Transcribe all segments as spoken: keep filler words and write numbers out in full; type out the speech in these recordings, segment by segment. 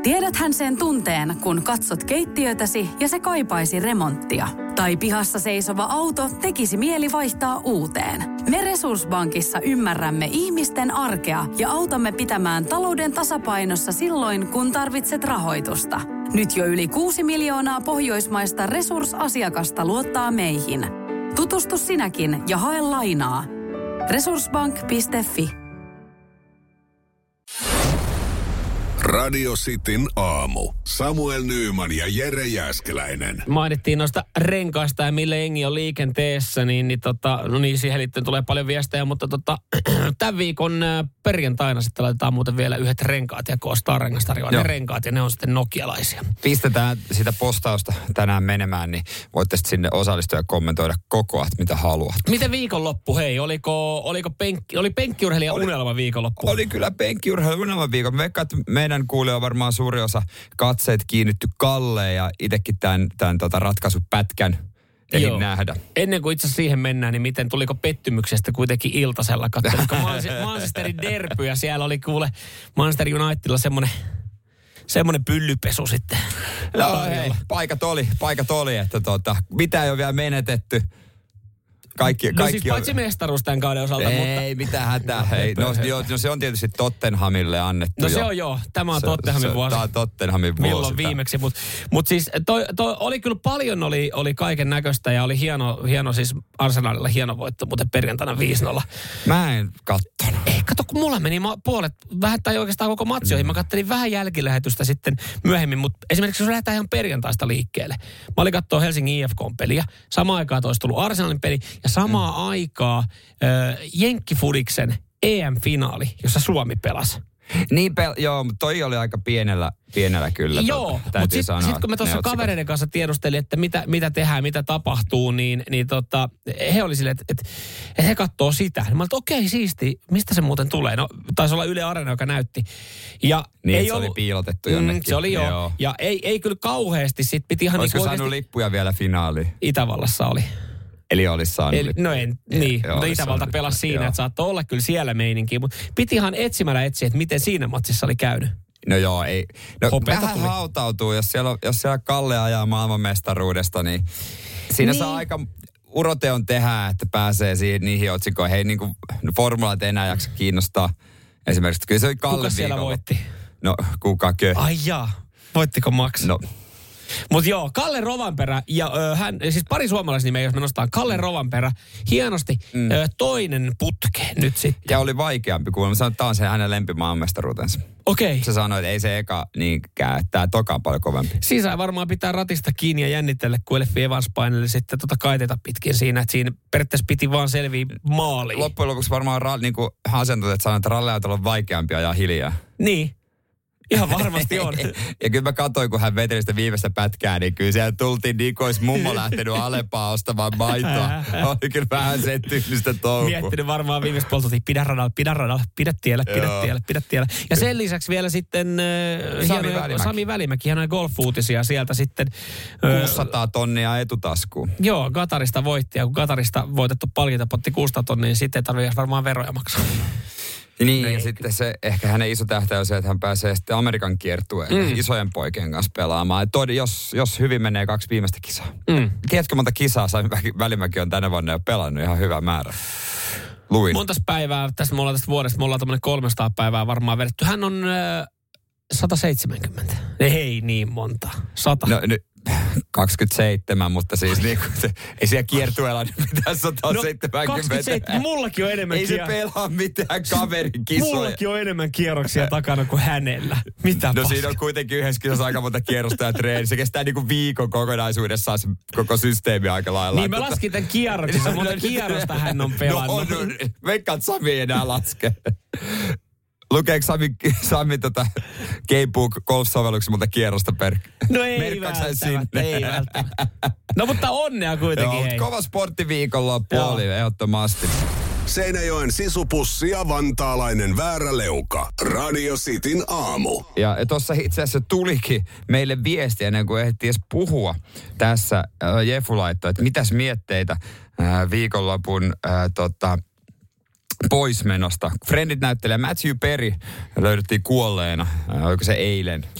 Tiedäthän sen tunteen, kun katsot keittiötäsi ja se kaipaisi remonttia. Tai pihassa seisova auto tekisi mieli vaihtaa uuteen. Me Resurssbankissa ymmärrämme ihmisten arkea ja autamme pitämään talouden tasapainossa silloin, kun tarvitset rahoitusta. Nyt jo yli kuusi miljoonaa pohjoismaista resursasiakasta luottaa meihin. Tutustu sinäkin ja hae lainaa. resurssbank piste fi. Radio Cityn aamu. Samuel Nyyman ja Jere Jääskeläinen. Mainittiin noista renkaista ja millä jengi on liikenteessä, niin, niin, tota, no niin siihen liittyen tulee paljon viestejä, mutta tota, tämän viikon äh, perjantaina sitten laitetaan muuten vielä yhdet renkaat ja koostaa rengastarjoa. Ne renkaat ja ne on sitten nokialaisia. Pistetään sitä postausta tänään menemään, niin voitte sinne osallistua ja kommentoida koko ajan, mitä haluat. Miten viikonloppu, hei? Oliko, oliko penkki, oli penkkiurheilija oli, unelma viikonloppu? Oli kyllä penkkiurheilija unelma viikon. Me veikkaan, että meidän kuulijoilla varmaan suuri osa katseet kiinnitty Kalleen ja itsekin tämän, tämän tota ratkaisupätkän ehdin nähdä. Ennen kuin itse asiassa siihen mennään, niin miten tuliko pettymyksestä kuitenkin iltasella katsoa? Manchesterin derby ja siellä oli kuule Manchester Unitedilla semmoinen semmoinen pyllypesu sitten. No hei, paikat oli, paikat oli, että tota, mitä ei ole vielä menetetty. Kaikki, no kaikki siis paitsi on mestaruus tämän kauden osalta, ei, mutta... Ei mitään hätää. Hei, no, jo, no se on tietysti Tottenhamille annettu. No jo. se on joo. Tämä on se, Tottenhamin se, vuosi. Tämä on Tottenhamin vuosi. Milloin viimeksi. Mutta mut siis toi, toi oli kyllä paljon, oli, oli kaiken näköistä ja oli hieno, hieno siis Arsenalilla hieno voitto, mutta perjantaina viisi nolla. Mä en kattonut. Ei, kato kun mulla meni ma- puolet, vähän tai oikeastaan koko matsi ohi. Mä kattelin vähän jälkilähetystä sitten myöhemmin, mutta esimerkiksi jos lähdetään ihan perjantaista liikkeelle. Mä olin katsoa Helsingin I F K-peliä. Samaan aikaan olisi tullut Arsenalin peli ja samaan mm. aikaa äh, Jenkkifudiksen E M-finaali, jossa Suomi pelasi. Niin, pel- joo, mutta toi oli aika pienellä, pienellä kyllä. Joo, mutta sitten sit, kun me tuossa kavereiden kanssa tiedustelin, että mitä, mitä tehdään, mitä tapahtuu, niin, niin tota, he oli silleen, että, että, että he katsoo sitä. Mä olin, että okei, siisti, mistä se muuten tulee? No, taisi olla Yle Areena, joka näytti. Ja niin, ei se ollut, oli piilotettu jonnekin. Mm, se oli joo. joo. Ja ei, ei kyllä kauheasti, sit piti ihan... Olisiko niin saanut oikeasti... lippuja vielä finaaliin? Itävallassa oli. Eli olisi saanut. Eli, no en, niin, joo, mutta Itävalta pelasi siinä, joo. Että saattoi olla kyllä siellä meininkiä, mutta piti ihan etsimällä etsiä, että miten siinä matsissa oli käynyt. No joo, ei. No Hopeata vähän tuli. hautautuu, jos siellä, jos siellä Kalle ajaa maailmanmestaruudesta, niin siinä niin. saa aika uroteon tehdä, että pääsee siihen, niihin otsikoihin. Hei, niin kuin formulat ei enää jaksa kiinnostaa. Esimerkiksi, kyllä se oli Kalle kuka siellä viikolla. voitti? No, kukakö? Ai jaa, voittiko Max? No. Mutta joo, Kalle Rovanperä ja ö, hän, siis pari suomalaisnimeä, jos me nostetaan. Kalle Rovanperä, hienosti mm. ö, toinen putke nyt sitten. Ja oli vaikeampi, kun mä sanoin, että tämä on se hänen lempimaailmanmestaruutensa. Okei. Okay. Se sanoi, että ei se eka niinkään, että tämä toka on paljon kovempi. Siis varmaan pitää ratista kiinni ja jännitellä, kun Elffi Evans paineli sitten tota kaiteita pitkin siinä, että siinä periaatteessa piti vaan selviä maaliin. Loppujen lopuksi varmaan ra, niin kuin asiantuntijat sanoivat, että ralliautolla on vaikeampi ajaa hiljaa. Niin. Ihan varmasti on. Ja kyllä mä katsoin, kun hän veteli sitä viimeistä pätkää, niin kyllä siellä tultiin niin kuin olisi mummo lähtenyt Alepaa ostamaan maitoa. Oli kyllä vähän sen tyylistä touhua. Miettinyt varmaan viimeistä puolta, pidä radalla, pidä radalla, pidä tiellä, pidä Joo. tiellä, pidä tiellä. Ja sen lisäksi vielä sitten äh, Sami, hienoja, Välimäki. Sami Välimäki, hienoja golf-uutisia sieltä sitten. Äh, kuusisataa tonnia etutaskuun. Joo, Katarista voitti, ja kun Katarista voitettu palkintopotti kuusisataa tonnia, niin sitten ei tarvitse varmaan veroja maksaa. Niin, Nein. ja sitten se, ehkä hänen iso tähtäys on se, että hän pääsee sitten Amerikan kiertueelle mm. isojen poikien kanssa pelaamaan. Tod, jos, jos hyvin menee kaksi viimeistä kisaa. Mm. Tiedätkö monta kisaa Sami Välimäki on tänä vuonna jo pelannut ihan hyvä määrä? Luin. Montas päivää, tästä me ollaan tästä vuodesta, me ollaan tämmöinen kolmesataa päivää varmaan vedetty. Hän on äh, sata seitsemänkymmentä. Ei niin monta. sata. No nyt kaksikymmentäseitsemän, mutta siis niin kuin se, ei siellä kiertueella mitään sata seitsemänkymmentä. No kaksikymmentäseitsemän, mullakin on enemmän Ei kier... se pelaa mitään kaverin kisoja. Mullakin on enemmän kierroksia takana kuin hänellä. Mitä No paska? siinä on kuitenkin yhdessä kisassa aika monta kierrosta ja treeni. Se kestää niin kuin viikon kokonaisuudessaan se koko systeemi aika lailla. Niin mä laskin tämän kierroksissa, monta kierrosta hän on pelannut. No, no veikkaan, että Sami ei enää laske. Lukeeko Sami, Sami tota Gamebook golf-sovelluksen monta kierrosta per... No ei välttämättä, ei välttämättä. No mutta onnea kuitenkin. Joo, hei. Kova sporttiviikonloppu oli ehdottomasti. Seinäjoen sisupussi ja vantaalainen vääräleuka. Radio Cityn aamu. Ja tuossa itse asiassa tulikin meille viesti ennen kuin ehti edes puhua tässä. Äh, Jefu laittoi, että mitäs mietteitä äh, viikonlopun äh, tota... poismenosta. Friendit näyttelee Matthew Perry löydettiin kuolleena, oliko se eilen.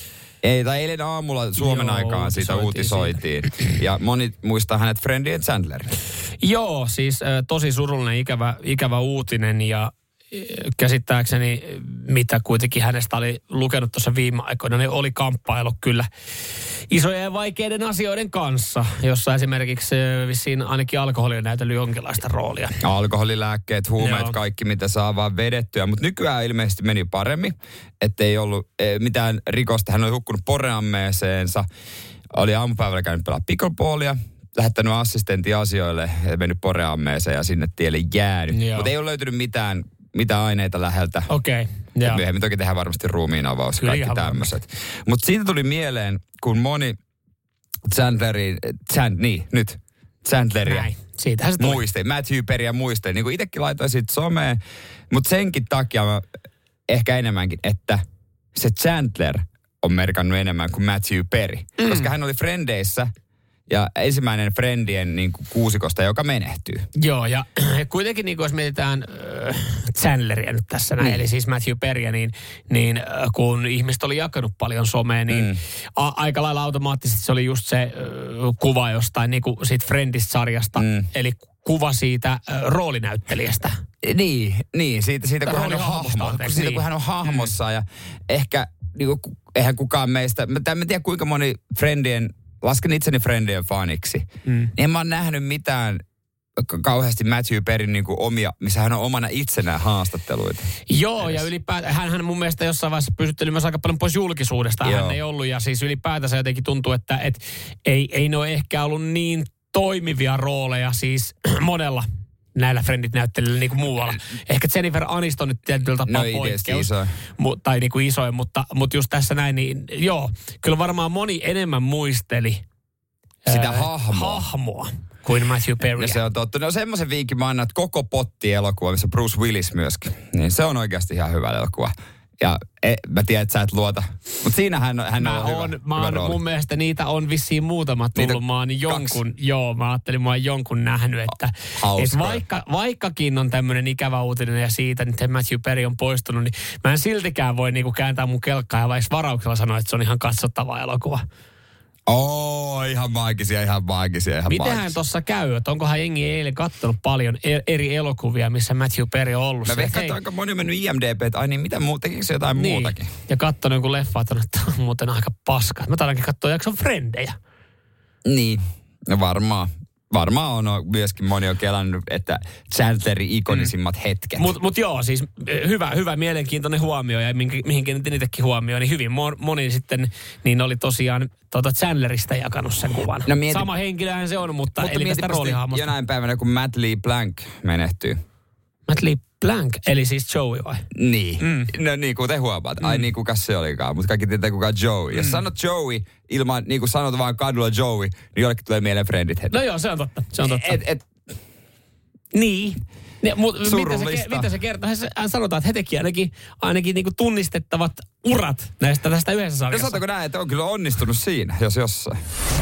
Ei, tai eilen aamulla Suomen Joo, aikaan siitä uutisoitiin. Siitä. Ja moni muistaa hänet Friendien Chandlerin. Joo, siis äh, tosi surullinen, ikävä, ikävä uutinen ja käsittääkseni, mitä kuitenkin hänestä oli lukenut tuossa viime aikoina, niin oli kamppailu kyllä isojen ja vaikeiden asioiden kanssa, jossa esimerkiksi vissiin ainakin alkoholi on näytellyt jonkinlaista roolia. Alkoholilääkkeet, huumeet, Joo. kaikki mitä saa vaan vedettyä, mutta nykyään ilmeisesti meni paremmin, ettei ollut mitään rikosta. Hän oli hukkunut poreammeeseensa, oli aamupäivällä käynyt pelaa pickleballia, lähettänyt assistentin asioille ja mennyt poreammeeseen ja sinne tielle jäänyt. Mutta ei ole löytynyt mitään mitä aineita läheltä. Okei. Okay, myöhemmin toki tehdään varmasti ruumiinavaus ja kaikki tämmöiset. Mutta siitä tuli mieleen, kun moni Chandlerin, Chand, niin nyt, Chandleria Siitähän se tuli. muisteli, Matthew Perryä muisteli. Niin kuin itsekin laitoin siitä someen, mutta senkin takia mä ehkä enemmänkin, että se Chandler on merkannut enemmän kuin Matthew Perry. Mm. Koska hän oli Frendeissä ja ensimmäinen Friendien niin kuin kuusikosta, joka menehtyy. Joo, ja kuitenkin niin kuin jos mietitään äh, Chandleria nyt tässä näin, mm. eli siis Matthew Perryä, niin, niin äh, kun ihmiset oli jakanut paljon somea, niin mm. a- aika lailla automaattisesti se oli just se äh, kuva jostain niin kuin siitä Friendist-sarjasta, mm. eli kuva siitä äh, roolinäyttelijästä. Niin, niin siitä, siitä kun hän on hahmo, anteeksi, siitä niin. kun hän on hahmossa mm. ja ehkä, niin kuin, eihän kukaan meistä, mä en tiedä kuinka moni Friendien, lasken itseni Friendien faniksi, mm. niin en mä oon nähnyt mitään kauheasti Matthew Perryn niin kuin omia, missä hän on omana itsenään haastatteluita. Joo, edes. Ja ylipäätään, hän mun mielestä jossain vaiheessa pysytteli myös aika paljon pois julkisuudesta. Joo. Hän ei ollut, ja siis ylipäätänsä jotenkin tuntuu, että et, ei, ei ne ole ehkä ollut niin toimivia rooleja siis monella näillä Friendit näyttelijöillä niin kuin muualla. Ehkä Jennifer Aniston nyt tietyllä tapaa no, poikkeus. Mu, tai niin kuin isoin, mutta, mutta just tässä näin, niin joo, kyllä varmaan moni enemmän muisteli sitä ää, hahmoa. hahmoa kuin Matthew Perry. No se on totta. No semmoisen viikin mä annan, että koko potti elokuva, missä Bruce Willis myöskin. Niin se on oikeasti ihan hyvä elokuva. Ja e, mä tiedän, että sä et luota. Mutta siinä hän, hän mä on hyvä, on, hyvä mä on, rooli. Mun mielestä niitä on vissiin muutama tullut. Niitä mä oon jonkun, joo, mä ajattelin, mä oon jonkun nähnyt, että et vaikka, vaikkakin on tämmöinen ikävä uutinen ja siitä, että Matthew Perry on poistunut, niin mä en siltikään voi niinku kääntää mun kelkkaa ja vaikka varauksella sanoa, että se on ihan katsottava elokuva. Oo, ihan maagisia, ihan maagisia, ihan Mitähän maagisia. tossa käy? Että onkohan jengi eilen kattonut paljon eri elokuvia, missä Matthew Perry on ollut? Mä veikkaan, että aika moni on mennyt I M D B, että ai niin, mitä muuta, tekikö se jotain niin. muutakin? Ja kattonut jonkun leffa, että on muuten aika paska. Mä taidankin katsoa jakson Frendejä. Niin, no varmaan. Varmaan on myöskin moni on kelannut, että Chandlerin ikonisimmat mm. hetket. Mutta mut joo, siis hyvä, hyvä mielenkiintoinen huomio ja mihin kiinnitin itsekin huomioon, niin hyvin moni sitten niin oli tosiaan tuota Chandlerista jakanut sen kuvan. No mieti, sama henkilöhän se on, mutta, mutta eli tästä roolihahmosta. Jonain päivänä, kun Matt Lee Blanc menehtyy. Matt Lee Blanc, eli siis Joey vai? Niin, mm. no niin kuin te huomaat. Mm. Ai niin, kuka se olikaan, mutta kaikki tietää kuka Joey. Mm. Jos sanot Joey, ilman, niin kuin sanot vaan kadulla Joey, niin jollekin tulee mieleen Friendit heti. No joo, se on totta, se on totta. Et, et, niin. Ne, mut, mitä, se, mitä se kertoo? Hän sanotaan, että he teki ainakin, ainakin niinku tunnistettavat urat näistä tästä yhdessä sarjassa. No sanotaanko näin, että on kyllä onnistunut siinä, jos jossain.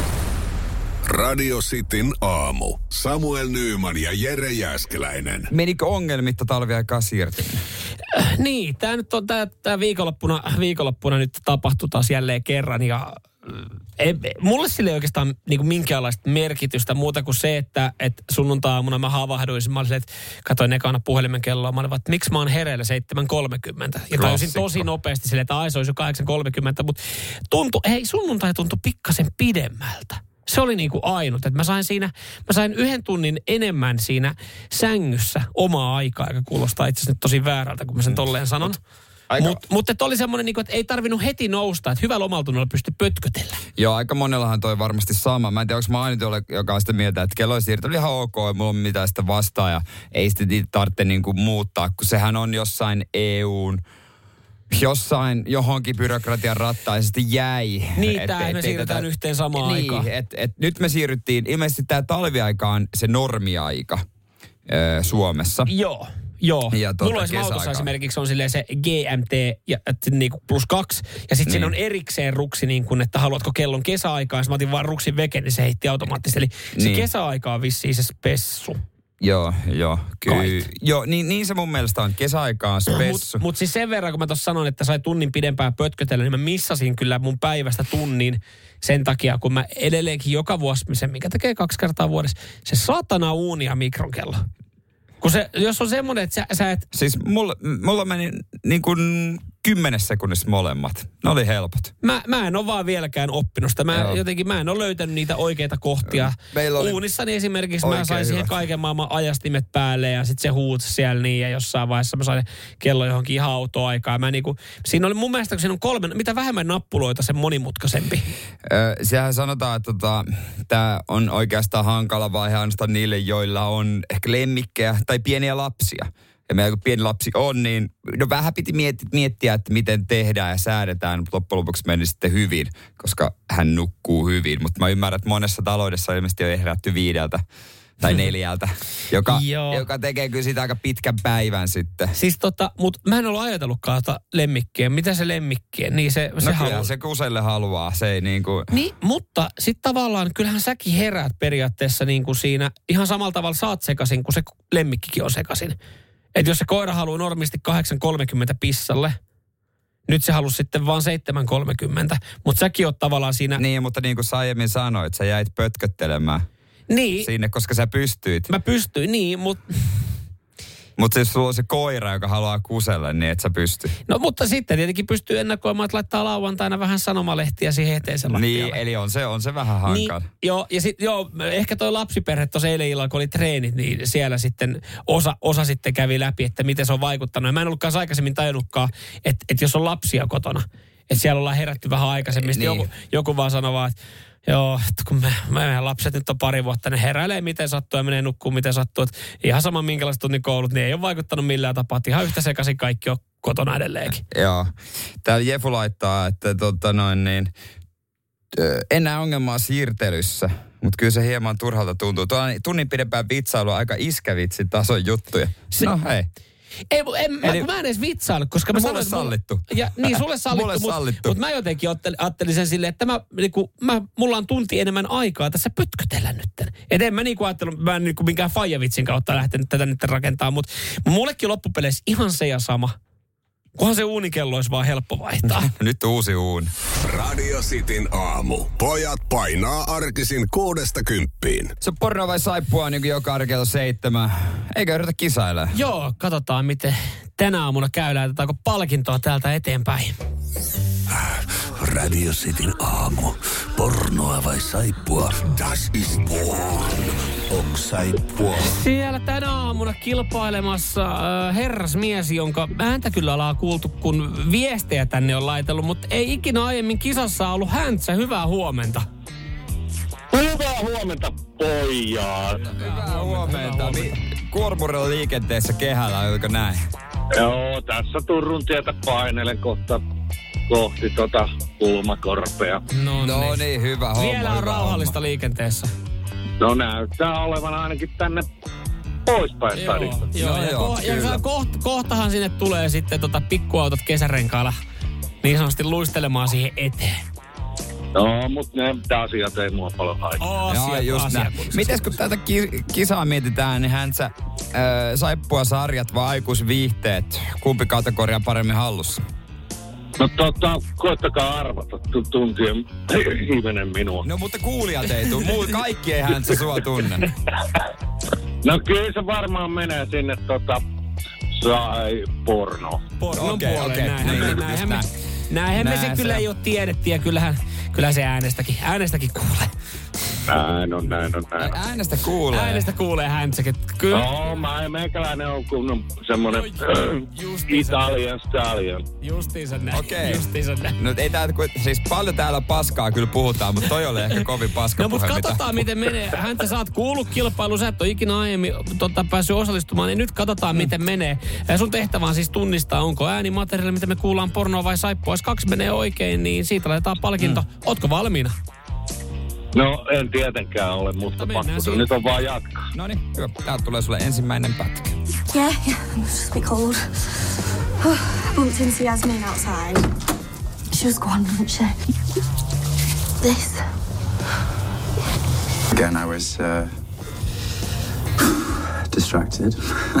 Radio Cityn aamu. Samuel Nyyman ja Jere Jääskeläinen. Menikö ongelmitta talviaikaa siirtyminen? Äh, niin, tämä nyt on tämä viikonloppuna, viikonloppuna nyt tapahtui taas jälleen kerran ja ei, mulle sille ei oikeastaan niin minkäänlaista merkitystä muuta kuin se, että et sunnuntai-aamuna mä havahduisin. Mä olin että katsoin ekana puhelimen kelloa. Mä olin, että miksi mä oon hereillä seitsemän kolmekymmentä. Ja tajusin tosi nopeasti silleen, että ai se olisi jo kahdeksan kolmekymmentä. Mutta tuntui, hei sunnuntai tuntui pikkasen pidemmältä. Se oli niin kuin ainut, että mä sain siinä, mä sain yhden tunnin enemmän siinä sängyssä omaa aikaa, joka kuulostaa itse asiassa nyt tosi väärältä, kun mä sen tolleen sanon. Aika... Mutta mut, että oli semmoinen, niin että ei tarvinnut heti nousta, että hyvällä omaltunnolla pystyi pötkötellä. Joo, aika monellahan toi varmasti sama. Mä en tiedä, onko mä ainut, joka on sitä mieltä, että kello siirto oli ihan ok, ja mulla on mitään sitä vastaan, ja ei sitä tarvitse niin kuin muuttaa, kun sehän on jossain E U:n, jossain johonkin byrokratian rattaisesti jäi. Niin, tää me siirrytään tätä... yhteen samaan niin, aikaan. Et, et, nyt me siirryttiin, ilmeisesti tämä talviaika on se normiaika ö, Suomessa. Joo. Joo, ja tuota, mulla olisi autossa esimerkiksi on silleen se G M T ja, niin kuin plus kaksi. Ja sitten niin. Siinä on erikseen ruksi, niin kuin, että haluatko kellon kesäaikaa. Ja mä otin vaan ruksin veke, niin se heitti automaattisesti. Eli se niin. Kesäaika on vissiin se spessu. Joo, joo. Kyllä. Joo, niin, niin se mun mielestä on. Kesäaika on spessu. Mutta mut siis sen verran, kun mä tuossa sanoin, että sai tunnin pidempään pötkötellä, niin mä missasin kyllä mun päivästä tunnin sen takia, kun mä edelleenkin joka vuosi, sen mikä tekee kaksi kertaa vuodessa, se satana uuni ja mikronkello. Kun se, jos on semmoinen, että sä, sä et... Siis mulla, mulla meni niin kuin kymmenessä sekunnissa molemmat. Ne oli helpot. Mä, mä en ole vaan vieläkään oppinut sitä. Mä Joo. jotenkin, mä en ole löytänyt niitä oikeita kohtia. Oli Uunissani esimerkiksi mä sain siihen hyvät. kaiken maailman ajastimet päälle ja sitten se huusi siellä niin ja jossain vaiheessa mä sain kello johonkin ihan autoaikaan. Mä niinku, siinä oli mun mielestä, kun siinä on kolme, mitä vähemmän nappuloita, sen monimutkaisempi. Öö, sehän sanotaan, että tota, tämä on oikeastaan hankala vaihe ainoastaan niille, joilla on ehkä lemmikkejä tai pieniä lapsia. Ja meillä kun pieni lapsi on, niin no vähän piti miettiä, miettiä, että miten tehdään ja säädetään, mutta loppujen lopuksi meni sitten hyvin, koska hän nukkuu hyvin. Mutta mä ymmärrän, että monessa taloudessa ilmeisesti on herätty viideltä tai neljältä, joka, joka tekee kyllä sitä aika pitkän päivän sitten. Siis tota, mutta mä en ollut ajatellutkaan tota lemmikkiä. Mitä se lemmikkiä? Niin se, se no haluaa. kyllä se kuselle haluaa, se ei niin kuin... Niin, mutta sitten tavallaan kyllähän säkin heräät periaatteessa niin kuin siinä ihan samalla tavalla saat sekasin, kun se lemmikkikin on sekasin. Että jos se koira haluaa normisti kahdeksan kolmekymmentä pissalle, nyt se halusi sitten vaan seitsemän kolmekymmentä, mutta säkin oot tavallaan siinä... Niin, mutta niin kuin sä aiemmin sanoit, sä jäit pötköttelemään niin, sinne, koska sä pystyit. Mä pystyin, niin, mutta... Mutta jos sulla on se koira, joka haluaa kusella, niin et sä pysty. No mutta sitten tietenkin pystyy ennakoimaan, että laittaa lauantaina vähän sanomalehtiä siihen eteisen lattialle. Niin, eli on se, on se vähän hankala. Niin, joo, ja sitten joo, ehkä toi lapsiperhe tuossa eilen illalla, kun oli treenit, niin siellä sitten osa, osa sitten kävi läpi, että miten se on vaikuttanut. Ja mä en ollutkaan aikaisemmin tajunnutkaan, että, että jos on lapsia kotona, että siellä ollaan herätty vähän aikaisemmin. Niin. Joku, joku vaan sanoo vaan, että joo, että kun me, meidän lapset nyt on pari vuotta, ne heräilee miten sattuu ja menee nukkuun miten sattuu. Että ihan sama minkälaiset tunnin koulut, niin ei ole vaikuttanut millään tapaa. Että ihan yhtä sekaisin kaikki on kotona edelleenkin. Joo. Täällä Jefu laittaa, että tota noin niin, en näe ongelmaa siirtelyssä, mutta kyllä se hieman turhalta tuntuu. Tuo on tunnin pidempään vitsailu aika iskävitsi tason juttuja. Se, no hei. Ei, en, mä, Eli, mä en edes vitsaillut, koska no, mä mulle sanoin, sallittu. Ja, niin, sulle sallittu, mulle mutta sallittu. mut mä jotenkin ajattelin sen silleen, että mä, niinku, mä, mulla on tunti enemmän aikaa tässä pötkötellä nytten. Et en mä niinku ajattellut, mä en niinku minkään faijavitsin kautta lähtenyt tätä nyt rakentaa, mutta mullekin loppupeleissä ihan se ja sama. Kunhan se uunikello olisi vaan helppo vaihtaa. Nyt uusi uuni. Radio Cityn aamu. Pojat painaa arkisin kuudesta kymppiin. Se on porno vai saippua niin kuin joka arki kello seitsemän. Eikä yritä kisailla. Joo, katsotaan miten tänä aamuna käydään. Otetaanko palkintoa täältä eteenpäin? Radio Cityn aamu. Pornoa vai saippua? Das ist porn. Ok saippua. Siellä tänä aamuna kilpailemassa äh, herrasmies, jonka ääntä kyllä ollaan kuultu, kun viestejä tänne on laitellut, mutta ei ikinä aiemmin kisassa ollut häntsä. Hyvää huomenta. Hyvää huomenta, pojat. Hyvää huomenta. Kuormurilla liikenteessä kehällä, oliko näin? Joo, tässä Turun tietä painelen kohta kohti tota kulmakorpea. No, no niin, hyvä homma. Vielä on rauhallista homma liikenteessä. No näyttää olevan ainakin tänne poispäin stadista. Joo, no, ja, joo, ko- ja koht, kohtahan sinne tulee sitten tota pikkuautot kesärenkailla niin sanotusti luistelemaan siihen eteen. No, mutta ne asiat ei mua paljon haittaa. Joo, just näin. Mites kun tätä ki- kisaa mietitään, niin hän sä äh, saippua sarjat vai aikuisviihteet? Kumpi kategoria paremmin hallussa? No tota, koettakaa arvata tuntien hivenen minua. No mutta kuulijat ei tule, muu kaikki ei hän sua tunne. No kyllä se varmaan menee sinne tota, sai porno. Pornon okay, puoleen, okay. näinhän niin, me, näinhän me, näin. näinhän me se kyllä ei ole tiedetty ja kyllähän, kyllähän se äänestäkin, äänestäkin kuulee. Näin on, näin on, näin on. Äänestä kuulee. Äänestä kuulee hänsäkin. Kyllä. No, mä meikäläinen on kunnon semmonen Italian stallion. Justiinsa näin. Okei. Okay. Justiinsa näin. No ei tää, siis paljon täällä paskaa kyllä puhutaan, mutta toi oli ehkä kovin paska No mutta puhe, katsotaan mitä... miten menee. Häntä sä oot kuullut kilpailuun, sä et ole ikinä aiemmin tota, päässyt osallistumaan, niin nyt katsotaan mm. miten menee. Ja sun tehtävä on siis tunnistaa, onko äänimateriaali, mitä me kuullaan pornoa vai saippua. Jos kaksi menee oikein, niin siitä laitetaan palkinto. Mm. Ootko valmiina? No, en tietenkään ole, mutta no, pakko. Nyt on vaan jatkaa. No niin, hyvä. Täältä tulee sulle ensimmäinen pätkä. Yeah, yeah, it was just a bit cold. Bumped into Yasmin outside. She was gone, wasn't she? This. Again, I was uh, distracted.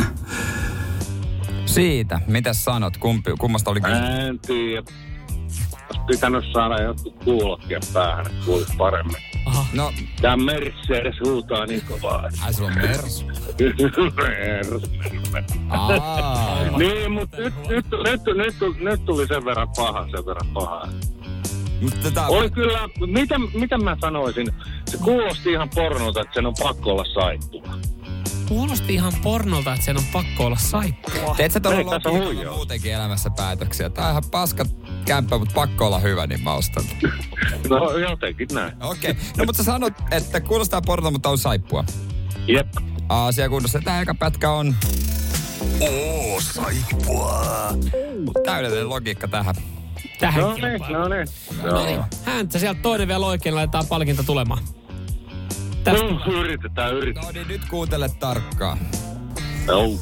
Siitä, mitä sanot? Kumpi, kummasta oli kysymys? En tiedä. Olisi pitänyt saada jotkut kuulokkeet päähän, että kuulisi paremmin. Aha. No. Tää Mercedes huutaa niin kovaa. Ai sulla on Mers? Mers. Aa. Niin, mutta nyt, nyt, nyt, nyt, nyt tuli sen verran paha, sen verran paha. Tätä... Oli kyllä, mitä, mitä mä sanoisin, se kuulosti ihan pornolta, että sen on pakko olla saippua. Kuulosti ihan pornolta, että sen on pakko olla saippua. Teet sä tuolla Ei, tässä on logiikalla huijaa. muutenkin elämässä päätöksiä? Tää on ihan paska kämppä, mutta pakko olla hyvä, niin mä ostan. No jotenkin näin. Okei. Okay. No mutta sä sanot, että kuulostaa pornolta, mutta on saippua. Jep. Asia kunnossa. Tää eka pätkä on... Oo, saippua. Täydellinen logiikka tähän. Tähän No niin, kilpailuun. no niin. No niin, häntä sieltä toinen vielä oikein, laitetaan palkinto tulemaan. Tästä No, yritetään, yritetään. No niin, nyt kuuntele tarkkaan. Joo.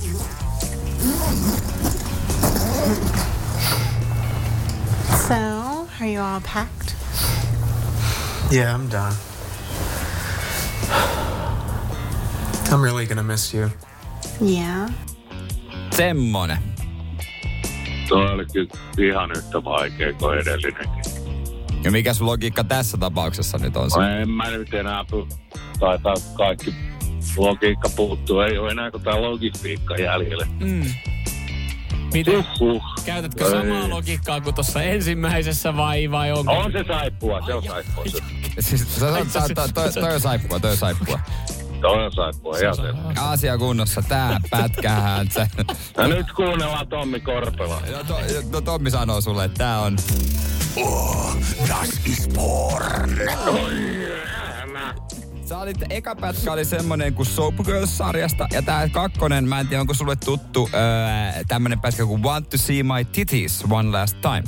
So, are you all packed? Yeah, I'm done. I'm really gonna miss you. Yeah. Semmonen. Toi oli kyllä ihan yhtä vaikea kuin edellinenkin. Ja mikä sun logiikka tässä tapauksessa nyt on se? No en mä nyt enää py- taitaa kaikki logiikka puuttuu. Ei ole enää kuin tää logistiikka jäljellä. Mm. Miten? Uhuh. Käytätkö Ei. samaa logiikkaa kuin tuossa ensimmäisessä vai, vai onko? On se saippua, se on saippua. Se. Siis sä sanot, toi, toi, toi, toi on saippua, toi on saippua. Toi on saippua, ihan se. Asia kunnossa, tää pätkähän se. Ja nyt kuunnellaan Tommi Korpela. No, to, no Tommi sanoo sulle, että tää on... Oh, das ist porn. Sä olit, eka pätkä oli semmonen kuin Soap Girls-sarjasta, ja tää kakkonen, mä en tiedä onko sulle tuttu öö, tämmönen pätkä kuin Want to see my titties one last time.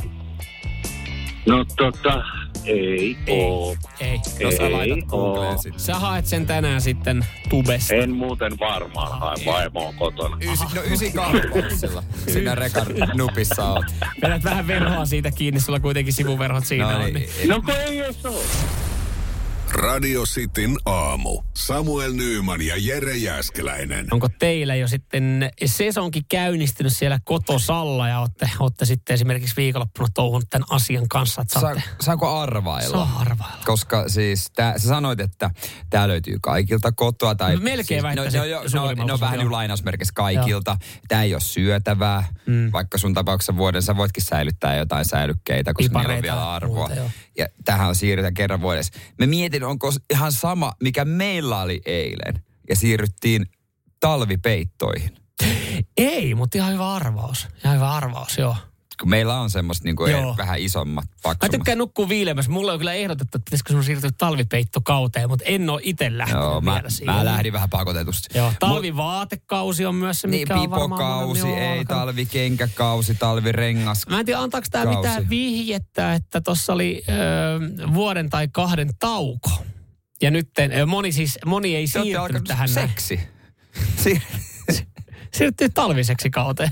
No tota, ei oo. Ei. No sä Ei laitat Googleen oo. sit. Sä haet sen tänään sitten tubesta. En muuten varmaan hae vaimoa kotona. Ysi, no ysikahvauksella. Siinä rekan nupissa oot. Vedät vähän verhoa siitä kiinni, sulla kuitenkin sivuverhot siinä No on. niin. No kun ei edes oo. Radio Cityn aamu. Samuel Nyyman ja Jere Jääskeläinen. Onko teillä jo sitten sesonkin käynnistynyt siellä kotosalla ja olette, olette sitten esimerkiksi viikonloppuna touhunut tämän asian kanssa, että saatte... Sa, saanko arvailla? Saa arvailla. Koska siis tää, sä sanoit, että tää löytyy kaikilta kotoa. Tai No melkein siis, väittäisin, no, no, no, suurimman no osan, vähän joo. niin lainausmerkissä kaikilta. Tää ei ole syötävää. Mm. Vaikka sun tapauksessa vuoden sä voitkin säilyttää jotain säilykkeitä, koska niillä on Pipareita vielä arvoa. muuta, joo. Ja tähän on siirrytään kerran vuodessa. Me mietin, onko ihan sama, mikä meillä oli eilen. Ja siirryttiin talvipeittoihin. Ei, mutta ihan hyvä arvaus. Ihan hyvä arvaus, joo. Kun meillä on semmoista niin kuin Joo. vähän isommat, Mä paksummat. tykkään nukkua viileämässä. Mulla on kyllä ehdotettu, että pitäisikö sun siirtyä talvipeittokauteen, mutta en ole itse lähtenyt Joo, mä, vielä siihen. mä lähdin vähän pakotetusti. Joo, talvivaatekausi on myös se, Niin, mikä on varmaan... pipokausi, joo, ei alkanut. talvikenkäkausi, talvirengas. Mä en tiedä, antaako tää Kausi. mitään vihjettä, että tossa oli ö, vuoden tai kahden tauko. Ja nyt moni siis, moni ei Se otti siirtynyt alkanut tähän näin. seksi. Si- Siirtyy talviseksi kauteen.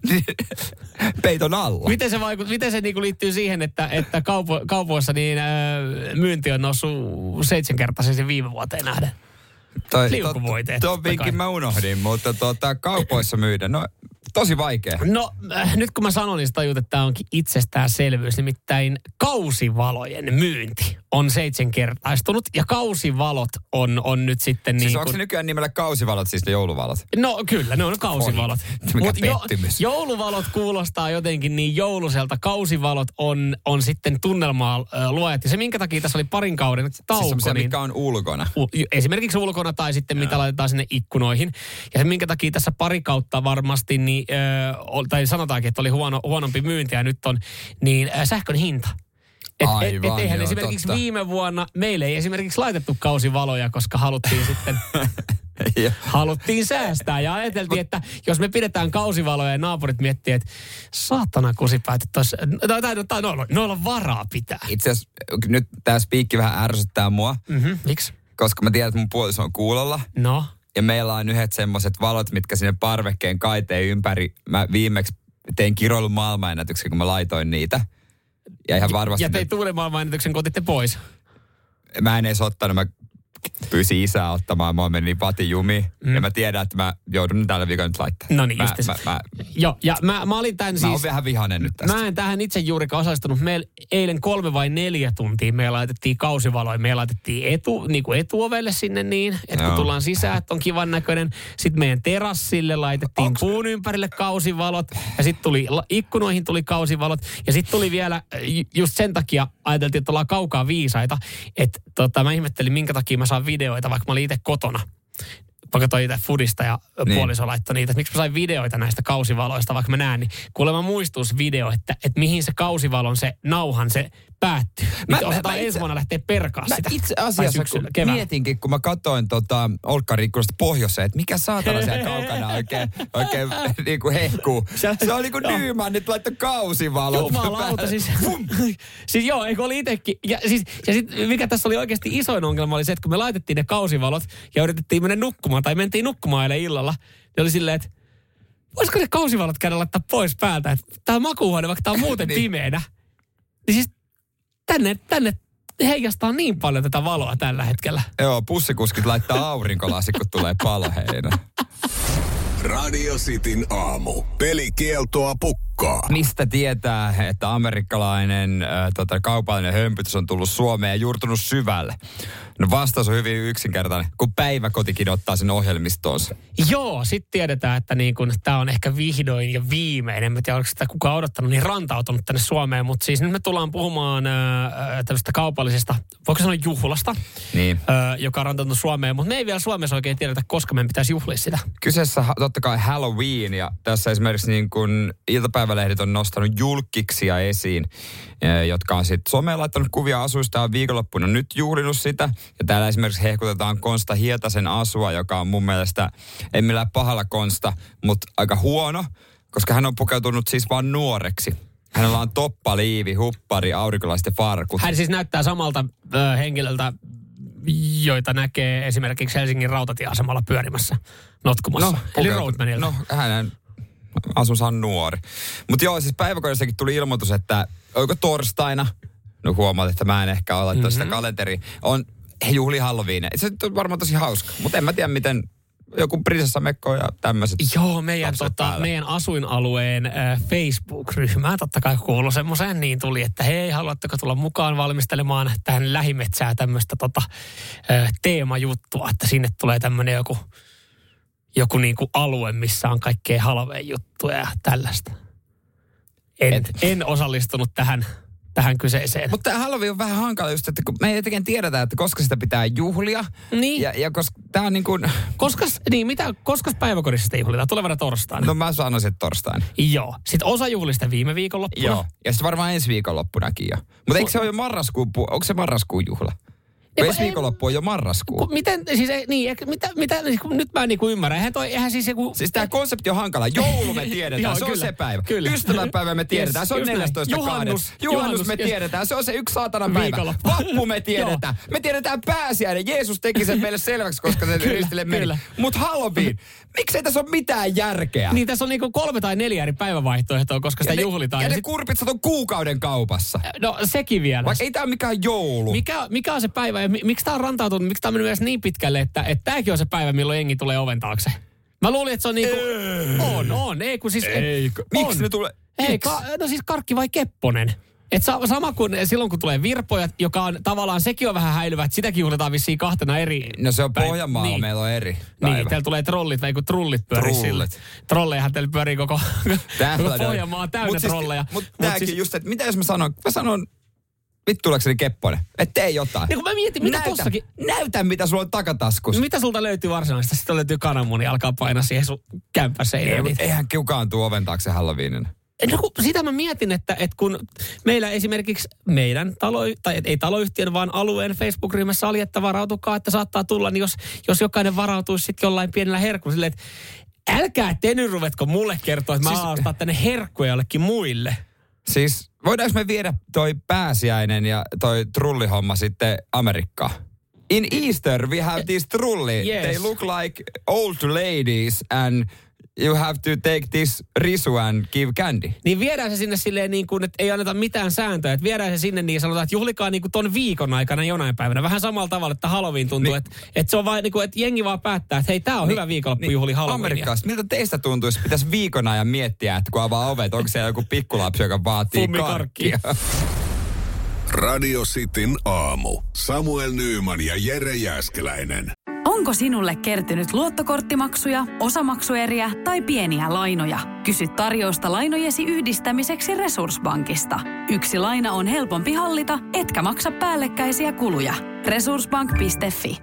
Peiton alla. Miten se, vaikut, miten se niinku liittyy siihen, että, että kaupo, kaupoissa niin, ö, myynti on noussut seitsemänkertaisesti viime vuoteen nähden? Toi, liukuvoiteet, Tuon totta kai. vinkin mä unohdin, mutta tuota, kaupoissa myydä. No, tosi vaikea. No, äh, nyt kun mä sanon, niin sä tajut, että tämä onkin itsestäänselvyys. Nimittäin kausivalojen myynti on seitsemänkertaistunut ja kausivalot on, on nyt sitten Siis niin onko kuin... se nykyään nimellä kausivalot, siis ne jouluvalot? No kyllä, ne on kausivalot. Mikä Mut pettymys. jouluvalot kuulostaa jotenkin niin jouluselta. Kausivalot on, on sitten tunnelmaa äh, luojat. Ja se minkä takia tässä oli parin kauden tauko. Siis semmoisia, niin, mitkä on ulkona. u, esimerkiksi ulkona tai sitten mitä laitetaan sinne ikkunoihin. Ja se minkä takia tässä pari kautta varmasti, niin, äh, tai sanotaankin, että oli huono, huonompi myynti ja nyt on, niin äh, sähkön hinta. Et, Aivan, et, et eihän joo, esimerkiksi totta. viime vuonna, meille ei esimerkiksi laitettu kausivaloja, koska haluttiin sitten... Ja- Haluttiin säästää ja ajateltiin, että jos me pidetään kausivaloja ja naapurit miettii, että saatana kusipäät, että tai, tai, tai noilla, noilla on varaa pitää. Itse asiassa nyt tämä spiikki vähän ärsyttää mua, Mm-hmm. Miksi? koska mä tiedän, että mun puoliso on kuulolla. No. Ja meillä on yhdet semmoiset valot, mitkä sinne parvekkeen kaiteen ympäri. Mä viimeksi tein kiroilun maailmanennätyksen, kun mä laitoin niitä. Ja ihan varmasti... Ja teit uuden maailmanennätyksen, kun otitte pois. Mä en edes ottanut, mä pyysi isää ottamaan. Mä menin vatijumiin. Mm. Ja mä tiedän, että mä joudun tällä viikolla nyt laittamaan. No niin, mä, just mä, mä, Joo, ja mä, mä olin tämän mä siis... oon vähän vihainen nyt tästä. Mä en tähän itse juurikaan osallistunut. Meillä eilen kolme vai neljä tuntia me laitettiin kausivaloja. Me laitettiin etu, niin kuin etuovelle sinne niin, että kun tullaan sisään, että on kivan näköinen. Sitten meidän terassille laitettiin Onks... puun ympärille kausivalot. Ja sitten tuli ikkunoihin tuli kausivalot. Ja sitten tuli vielä, just sen takia ajateltiin, että ollaan kaukaa viisaita. Että tota, mä ihmettelin, minkä takia mä saan videoita, vaikka mä olin itse kotona. Mä katsoin itse Foodista ja niin. Puoliso laittoi niitä, että miksi mä sain videoita näistä kausivaloista, vaikka mä näen, niin kuulemma muistuus video, että, että mihin se kausivalon, se nauhan, se päättyy. Mä, niin osataan ensi vuonna lähteä perkaa mä sitä. Itse asiassa kun mietinkin, kun mä katsoin tota Olkkarin ikkunasta pohjoiseen, että mikä saatana siellä kaukana oikein, oikein niin kuin hehkuu. Se oli kuin Nyman, nyt laittoi kausivalot. Jumalauta, siis, siis joo, eikö oli itsekin. Ja, siis, ja sit, mikä tässä oli oikeasti isoin ongelma oli se, että kun me laitettiin ne kausivalot ja yritettiin mennä nukkumaan, tai mentiin nukkumaan eilen illalla, niin oli silleen, että voisiko ne kausivalot käydä laittaa pois päältä, että tää makuuhuone, vaikka tää on muuten niin. pimeänä. Niin siis tänne, tänne heijastaa niin paljon tätä valoa tällä hetkellä. Joo, pussikuskit laittaa aurinkolasi, kun tulee palheinä. Radio Cityn aamu. Pelikieltoa pukkaa. Mistä tietää, että amerikkalainen äh, tota, kaupallinen hömpytys on tullut Suomeen ja juurtunut syvälle? No vastaus on hyvin yksinkertainen, kun päiväkotikin ottaa sen ohjelmistoonsa. Joo, sitten tiedetään, että niin kun, tämä on ehkä vihdoin ja viimeinen. En tiedä, oliko sitä kukaan odottanut, niin rantautunut tänne Suomeen. Mutta siis nyt me tullaan puhumaan äh, tällaista kaupallisesta, voiko sanoa juhlasta, niin. äh, joka on rantautunut Suomeen. Mutta me ei vielä Suomessa oikein tiedetä, koska meidän pitäisi juhlia sitä. Kyseessä totta kai Halloween, ja tässä esimerkiksi niin kun iltapäivälehdit on nostanut julkkiksia esiin, jotka on sitten someen laittanut kuvia asuista ja viikonloppuna nyt juhlinut sitä. Ja täällä esimerkiksi hehkutetaan Konsta Hietasen asua, joka on mun mielestä, ei millään pahalla Konsta, mutta aika huono, koska hän on pukeutunut siis vaan nuoreksi. Hänellä on toppa, liivi, huppari, aurinkolaiset ja farkut. Hän siis näyttää samalta ö, henkilöltä, joita näkee esimerkiksi Helsingin rautatieasemalla pyörimässä, notkumassa. No, eli Roadmanilta. No, hänen asunsa on nuori. Mutta joo, siis päiväkodissakin tuli ilmoitus, että oliko torstaina, no huomaat, että mä en ehkä ole laittanut mm-hmm. sitä kalenteriin, on juhli Halloween. Se on varmaan tosi hauska, mutta en mä tiedä, miten joku prinsessamekko ja tämmöiset. Joo, meidän, tota, meidän asuinalueen äh, Facebook-ryhmään totta kai kuului semmoiseen, niin tuli, että hei, haluatteko tulla mukaan valmistelemaan tähän lähimetsää tämmöistä tota, äh, teemajuttua, että sinne tulee tämmöinen joku, joku niinku alue, missä on kaikkea halveen juttuja ja tällaista. En, Et. en osallistunut tähän. tähän kyseiseen. Mutta tämä Halloween on vähän hankala just, että kun me ei jotenkin tiedetä, että koska sitä pitää juhlia. Niin. Ja, ja koska tämä on niin kuin... Koskas, niin mitä, koskas päiväkodissa sitä juhlitaan? Tulevana torstaina? No mä sanoisin, että torstaina. Joo. Sitten osa juhlista viime viikonloppuna. Joo. Ja sitten varmaan ensi viikonloppunakin jo. Mutta eikö se ole jo marraskuun, onko se marraskuun juhla? Kun ensi viikonloppu on jo marraskuu. Miten, siis ei, niin, mitä, mitä, nyt mä en niinku ymmärrä. Eihän toi, eihän siis joku... Siis tää konsepti on hankala. Joulu me tiedetään, joo, se kyllä, on se päivä. Kyllä. Ystävänpäivä me tiedetään, yes, se on neljästoista Juhannus, Juhannus me yes. tiedetään, se on se yksi saatanan päivä. Vappu me tiedetään. Me tiedetään pääsiäinen. Jeesus teki sen meille selväksi, koska se ristille meni. Mut Halloween, miksei tässä ole mitään järkeä? Niin tässä on niinku kolme tai neljä eri päivävaihtoehtoa, koska sitä ja juhlitaan. Ja, ja ne sit... kurpitsat on kuukauden kaupassa. No sekin vielä. Vaikka ei tää ole mikään joulu. Mikä, mikä on se päivä ja miksi tää on rantautunut, miksi tää on mennyt edes niin pitkälle, että, että tääkin on se päivä, milloin jengi tulee oven taakse? Mä luulin, että se on niinku... Ei. On, on. Ei kun siis... Ei. Miksi ne tulee... Ei, ka, no siis Karkki vai Kepponen? Et sa, sama kuin silloin, kun tulee virpoja, joka on tavallaan, sekin on vähän häilyvä, että sitäkin juhlitaan vissiin kahtena eri... No se on Pohjanmaalla, niin. Meillä on eri päivä. Niin, teillä tulee trollit, vai kun trullit pyörii sille. Trollejahan teillä pyörii koko, koko Pohjanmaa täynnä siis, trolleja. Mutta mut tääkin siis, just, että mitä jos mä sanon, mä sanon... Vittuulekseni Kepponen, että tee jotain. Niin kun mä mietin, mitä näytä, tossakin... Näytä, mitä sulla on takataskussa. Mitä sulta löytyy varsinaista? Sitten löytyy kananmuni, alkaa painaa siihen sun kämppässä. Ei, mutta eihän kukaan tuu oven taakse Halloweenina. No sitä mä mietin, että, että kun meillä esimerkiksi meidän talo, tai ei taloyhtiön, vaan alueen Facebook-ryhmässä oli, että varautukaa, että saattaa tulla, niin jos, jos jokainen varautuisi sitten jollain pienellä herkulla silleen, että älkää te nyt ruvetko mulle kertoa, että mä siis, ostaa tänne herkkuja jollekin muille. Siis voidaanko me viedä toi pääsiäinen ja toi trullihomma sitten Amerikkaan? In Easter we have these trulli. Yes. They look like old ladies and you have to take this risu and give candy. Niin viedään se sinne silleen niin kuin, että ei anneta mitään sääntöjä. Että viedään se sinne niin sanotaan, että juhlikaa niin kuin ton viikon aikana jonain päivänä. Vähän samalla tavalla, että Halloween tuntuu, niin, että, että se on vaan niin kuin, että jengi vaan päättää, että hei, tää on niin, hyvä viikonloppujuhli niin, Halloweenia. Amerikassa, miltä teistä tuntuisi, pitäisi viikon ajan miettiä, että kun avaa ovet, onko siellä joku pikkulapsi, joka vaatii karkkia. Radio Cityn aamu. Samuel Nyyman ja Jere Jääskeläinen. Onko sinulle kertynyt luottokorttimaksuja, osamaksueriä tai pieniä lainoja? Kysy tarjousta lainojesi yhdistämiseksi Resurssbankista. Yksi laina on helpompi hallita, etkä maksa päällekkäisiä kuluja. Resurssbank piste fi.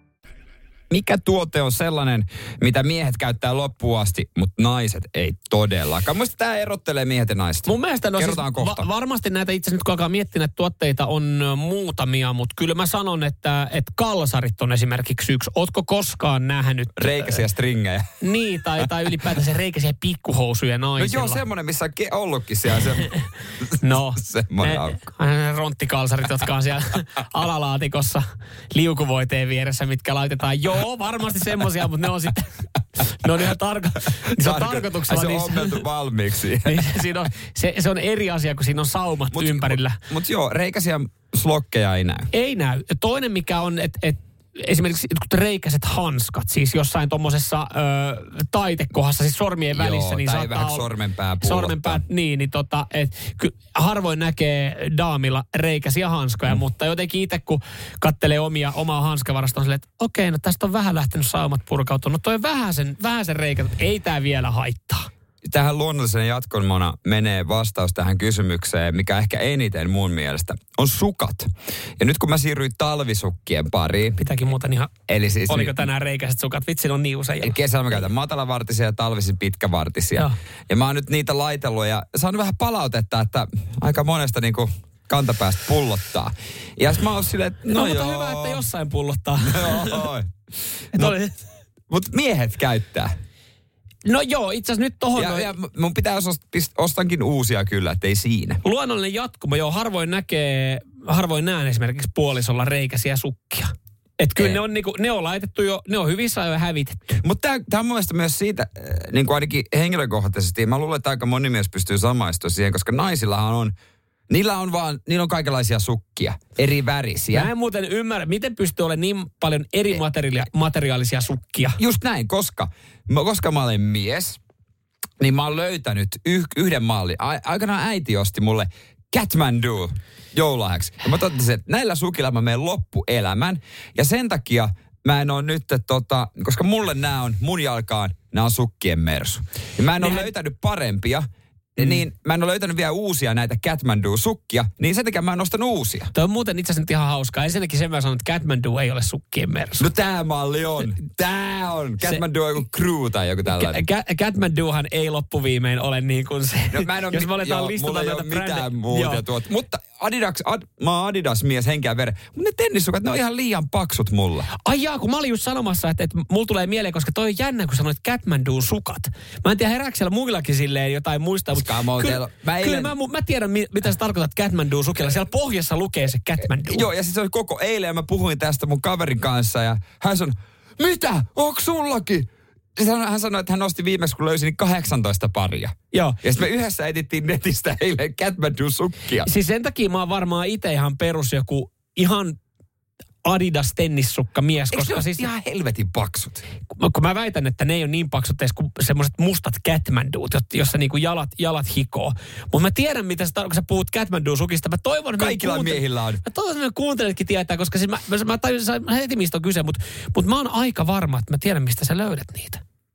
Mikä tuote on sellainen, mitä miehet käyttää loppuun asti, mutta naiset ei todellakaan? Mielestäni tämä erottelee miehet ja naiset. Mun mielestä no siis va- varmasti näitä itse asiassa nyt kun alkaa miettiä, näitä tuotteita on muutamia, mutta kyllä mä sanon, että, että kalsarit on esimerkiksi yksi. Ootko koskaan nähnyt? Reikäisiä stringejä. Niin, tai, tai ylipäätään se reikäisiä pikkuhousuja naisilla. No joo, semmoinen, missä on ke- ollutkin siellä. Se, no, semmoinen aukko. Ronttikalsarit, jotka on siellä alalaatikossa liukuvoiteen vieressä, mitkä laitetaan. Joo, varmasti semmoisia, mutta ne on sitten, ne on ihan tarko, se on tarkoituksella. Se on ommeltu valmiiksi. Niin, siinä on, se, se on eri asia, kun siinä on saumat mut, ympärillä. Mutta mut joo, reikäisiä slokkeja ei näy. Ei näy. Toinen mikä on, että et, esimerkiksi reikäiset hanskat, siis jossain tuommoisessa taitekohdassa, siis sormien joo, välissä. Niin tai vähän sormenpää pullottaa. Sormenpää, niin, niin tota, et, ky, harvoin näkee daamilla reikäisiä hanskoja, mm. mutta jotenkin itse kun kattelee omia, omaa hanskavarastoa, silleen, että okei, okay, no tästä on vähän lähtenyt saumat purkautunut. No toi vähäsen, vähäsen reikä, ei tää vielä haittaa. Tähän luonnollisen jatkonmona menee vastaus tähän kysymykseen, mikä ehkä eniten mun mielestä on sukat. Ja nyt kun mä siirryin talvisukkien pariin. Pitääkin muuten ihan, eli siis oliko nyt, tänään reikäiset sukat? Vitsi, on niin usein. Kesällä mä käytän matalavartisia ja talvisin pitkävartisia. Joo. Ja mä oon nyt niitä laitellut ja saanut vähän palautetta, että aika monesta niinku kantapäästä pullottaa. Ja mä oon silleen, että no, no mutta joo. hyvä, että jossain pullottaa. Joo. no, Mutta miehet käyttää. No joo, itse asiassa nyt tohon... Ja, noin... ja mun pitää ost- ostankin uusia kyllä, ettei siinä. Luonnollinen jatkumo, joo, harvoin näkee, harvoin näen esimerkiksi puolisolla reikäisiä sukkia. Että kyllä ne on, niinku, ne on laitettu jo, ne on hyvissä ajoin hävitetty. Mutta tämä on mun mielestä myös siitä, niin kuin ainakin henkilökohtaisesti, mä luulen, että aika moni mies pystyy samaistumaan siihen, koska naisillahan on, niillä on vaan, niillä on kaikenlaisia sukkia, eri värisiä. Mä en muuten ymmärrä, miten pystyy olemaan niin paljon eri materiaalia, materiaalisia sukkia. Just näin, koska, koska mä olen mies, niin mä oon löytänyt yh, yhden mallin. A, aikanaan äiti osti mulle Kathmandu joululahjaksi. Ja mä totesin, että näillä sukilla mä menen loppuelämän. Ja sen takia mä en ole nyt, tota, koska mulle nämä on, mun jalkaan, nämä on sukkien mersu. Ja mä en ole Nehän... löytänyt parempia. Mm. Niin mä en ole löytänyt vielä uusia näitä Kathmandu-sukkia, niin sen takia mä en ostanut uusia. Toi on muuten itse asiassa ihan hauskaa. Ensinnäkin sen mä sanon, että Kathmandu ei ole sukkien mersu. No tää malli on. Tää on. Kathmandu on joku crew tai joku tällainen. Ka- Kathmanduhan ei loppuviimein ole niin kuin se. No mä en ole, jos me aletaan joo, listata mulla ei ole brändejä. mitään muuta tuot. Mutta Adidas, ad, mä oon Adidas-mies henkeä veren. Mutta ne tennissukat, ne on ihan liian paksut mulla. Ai jaa, kun mä olin just sanomassa, että, että mulla tulee mieleen, koska toi on jännä, kun sanoit Kathmandu-sukat. Mä en tiedä, herääkö siellä muillakin silleen jotain muista, mutta kyllä, mä, eilen... kyllä mä, mä tiedän, mitä sä tarkoitat Kathmandu-sukilla. Siellä pohjassa lukee se Kathmandu. Joo, ja siis se oli koko eilen, mä puhuin tästä mun kaverin kanssa, ja hän sanoi, mitä? Onko sullakin? Hän sanoi, että hän osti viimeksi, kun löysi niin kahdeksantoista paria. Joo. Ja sitten me yhdessä edittiin netistä eilen Kathmandu-sukkia. Siis sen takia mä oon varmaan itse ihan perus joku ihan Adidas tennissukka mies. Eikö koska ne siis ihan helvetin paksut? Kun, kun mä väitän, että ne ei ole niin paksut edes kuin semmoiset mustat Kathmanduut, jossa niinku jalat, jalat hikoo. Mutta mä tiedän, mitä sä, kun sä puhut Kathmandu-sukista. Mä toivon, kaikilla kuuntel- miehillä on. Mä toivon, että kuuntelijatkin tietää, koska siis mä, mä, mä tajusin heti, mistä on kyse, mutta mut mä oon aika varma, että mä tiedän, mistä sä löydät niitä.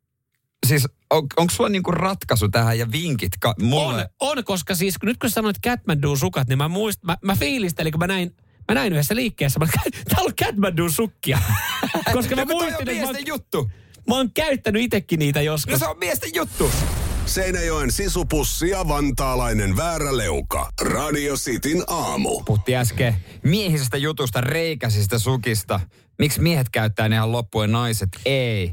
Siis on, onko sulla niinku ratkaisu tähän ja vinkit ka- mulle? On, on, koska siis nyt kun sä sanoit Kathmandu-sukat, niin mä muist, mä, mä fiilistelin, kun mä näin, mä näin yhdessä liikkeessä, mä tää on Kathmandu-sukkia. Koska mä muistin, että mä, juttu. mä oon käyttänyt itekin niitä joskus. No se on miesten juttu. Seinäjoen sisupussi ja vantaalainen vääräleuka. Radio Cityn aamu. Puhuttiin äsken miehisestä jutusta, reikäisistä sukista. Miksi miehet käyttää ne ihan loppuun ja naiset ei?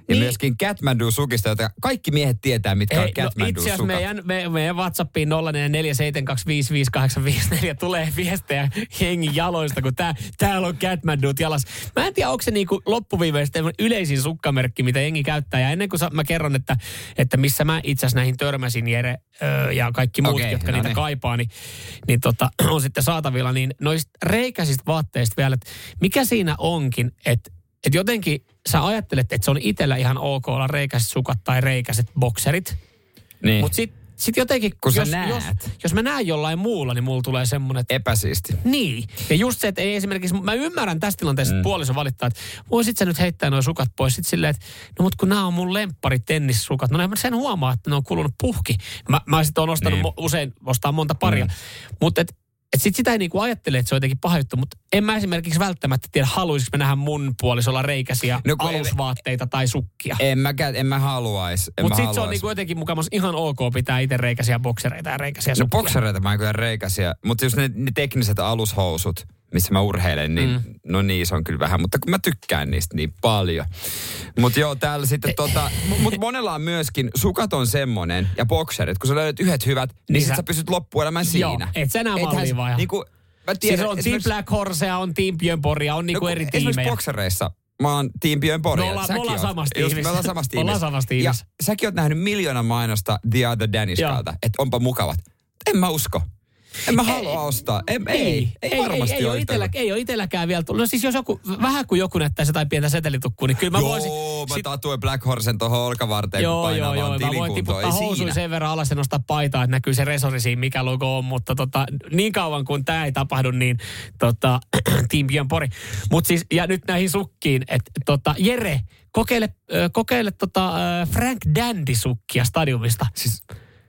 Ja niin. myöskin Kathmandu-sukista, joita kaikki miehet tietää, mitkä Ei, on Kathmandu-sukat. No itse asiassa meidän, me, meidän WhatsAppiin nolla neljä neljä seitsemän kaksi viisi viisi kahdeksan viisi neljä tulee viestejä hengin jaloista, kun tää, täällä on Kathmandut jalas. Mä en tiedä, onko se niinku loppuviimeisesti yleisin sukkamerkki, mitä jengi käyttää. Ja ennen kuin mä kerron, että, että missä mä itse asiassa näihin törmäsin, Jere öö, ja kaikki muut, okay, jotka no niitä niin. kaipaa, niin, niin tota, on sitten saatavilla. Niin noista reikäisistä vaatteista vielä, että mikä siinä onkin, että että jotenkin sä ajattelet, että se on itsellä ihan ok olla reikäiset sukat tai reikäiset bokserit. Niin. Mutta sitten sit jotenkin, kun jos, sä jos, jos mä näen jollain muulla, niin mulla tulee semmoinen, että... Epäsiisti. Niin. Ja just se, että ei esimerkiksi... Mä ymmärrän tässä tilanteessa, että mm. puoliso valittaa, että voisit sä nyt heittää nuo sukat pois. Sitten silleen, että no mut kun nämä on mun lemppari tennissukat. No en sen huomaa, että ne on kulunut puhki. Mä, mä sitten oon ostanut niin. mo, usein, ostaa monta paria. Mm. Mutta et, et sit sitä ei niinku ajattele, että se on jotenkin paha juttu, mutta en mä esimerkiksi välttämättä tiedä, haluaisinko mä nähdä mun puolisolla reikäisiä no, alusvaatteita en, tai sukkia. En mä, en mä haluais. Mutta sit se on niinku jotenkin mukamas ihan ok pitää itse reikäisiä boksereita ja reikäisiä no, sukkia. No boksereita mä en kyllä reikäisiä, mutta just ne, ne tekniset alushousut, missä mä urheilen, niin mm. no niin, se on kyllä vähän, mutta mä tykkään niistä niin paljon. Mutta joo, täällä sitten tota, mutta monella on myöskin, sukat on semmonen, ja bokserit, kun sä löydät yhdet hyvät, niin, niin sit sä, sä pysyt loppuelämän siinä. Joo, et sä enää mallia vaan. Niinku, mä tiedän, siis on Team Black Horsea, on Team Björn Borgia, on niinku no, eri tiimejä. Esimerkiksi boksereissa mä oon Team Björn Borgia. Me ollaan, me ollaan samassa tiimissä. Me ollaan samassa tiimissä. ollaan samassa tiimissä. Ja säkin oot nähnyt miljoonan mainosta The Other Daniskalta, että onpa mukavat. En mä usko. En mä halua ostaa. Ei, ei, ei, ei varmasti ei, ei, ole itellä, ei ole itselläkään vielä tullut. No siis jos joku, vähän kuin joku näyttäisi jotain pientä setelitukkuun, niin kyllä mä joo, voisin... Joo, mä sit... tatuin Black Horsen tohon olkavarteen, joo, kun painaa joo, vaan joo, mä voin tiputtaa housuin sen verran alas ja nostaa paitaa, että näkyy se resori siinä, mikä logo on. Mutta tota, niin kauan kuin tämä ei tapahdu, niin tota, Team Björn Borg. Mutta siis, ja nyt näihin sukkiin, että tota, Jere, kokeile, kokeile tota, Frank Dandy-sukkia stadiumista. Siis...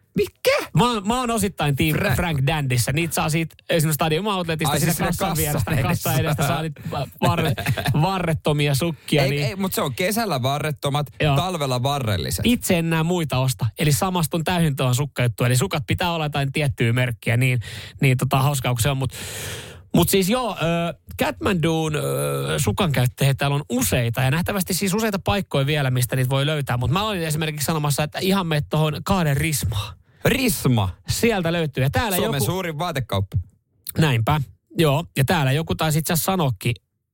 Mikä? Mä oon, mä oon osittain Team Frank, Frank Dandyssä. Niitä saa siitä esimerkiksi Stadium Outletista, Ai, siitä siis kassan kassa vierestä, edessä. kassa edestä saa niitä varre, varrettomia sukkia. Ei, niin... ei mutta se on kesällä varrettomat, joo. Talvella varrelliset. Itse en näe muita osta. Eli samastun täysin tuohon sukkajuttuun. Eli sukat pitää olla jotain tiettyä merkkiä, niin, niin tota, hauskaa kuin se on. Mutta mut siis joo, äh, Kathmanduun äh, sukan käyttäjiä täällä on useita. Ja nähtävästi siis useita paikkoja vielä, mistä niitä voi löytää. Mutta mä olin esimerkiksi sanomassa, että ihan meet tuohon Kaaden Rismaan. Risma. Sieltä löytyy. Ja täällä Suomen joku... suurin vaatekauppa. Näinpä. Joo. Ja täällä joku taisi itse asiassa sanoakin.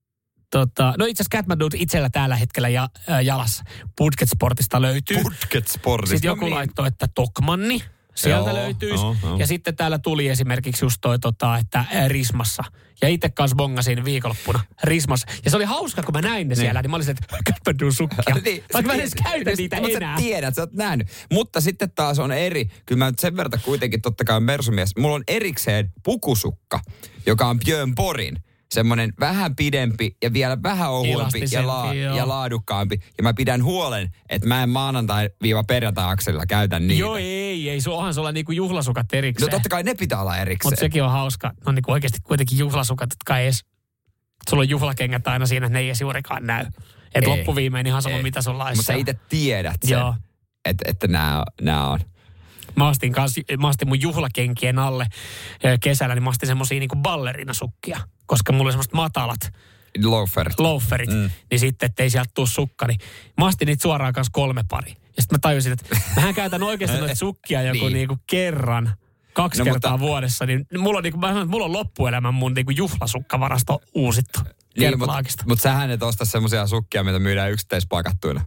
Tota, no itse asiassa Kathmandu itsellä tällä hetkellä ja, äh, jalassa. Budget Sportista löytyy. Budget Sportista. Sitten joku no, laittoi, että Tokmanni. Sieltä joo, löytyisi. Joo, joo. Ja sitten täällä tuli esimerkiksi just toi, tota, että äh, Rismassa. Ja itse kanssa bongasin viikonloppuna Rismassa. Ja se oli hauska, kun mä näin ne niin. siellä, niin mä olisin, että Kathmanduun sukkia. niin, vaikka mä en edes käytä niin, niitä mutta enää. Sä tiedät, sä oot nähnyt. Mutta sitten taas on eri. Kyllä mä nyt sen verran kuitenkin totta kai on mersumies. Mulla on erikseen pukusukka, joka on Björn Borgin. Semmoinen vähän pidempi ja vielä vähän ohuempi ja, la- ja laadukkaampi. Ja mä pidän huolen, että mä en maanantai-perjantai-akselilla käytä niitä. Joo, ei, ei. Onhan sulla niinku juhlasukat erikseen. No totta kai ne pitää olla erikseen. Mutta sekin on hauska. No niinku oikeasti kuitenkin juhlasukat, jotka ei edes... Sulla on juhlakengät aina siinä, että ne ei edes juurikaan näy. Että loppuviimein ihan sama, ei. Mitä sulla on. Mutta sä itse tiedät sen, että, että nämä on... Mä astin, kans, mä astin mun juhlakenkien alle kesällä, niin mä astin semmosia niinku ballerinasukkia. Koska mulla oli semmoset matalat loaferit, loaferit mm. niin sitten, ettei sieltä tuu sukka. Niin mä astin niitä suoraan kanssa kolme pari. Ja sitten mä tajusin, että mähän käytän oikeasti noita sukkia joku niin. niinku kerran, kaksi no, kertaa mutta... vuodessa. Niin mulla on, niinku, mä sanon, että mulla on loppuelämän mun niinku juhlasukkavarasto uusittu. Niin, mutta mut sähän et osta semmosia sukkia, mitä myydään yksittäispakattuina.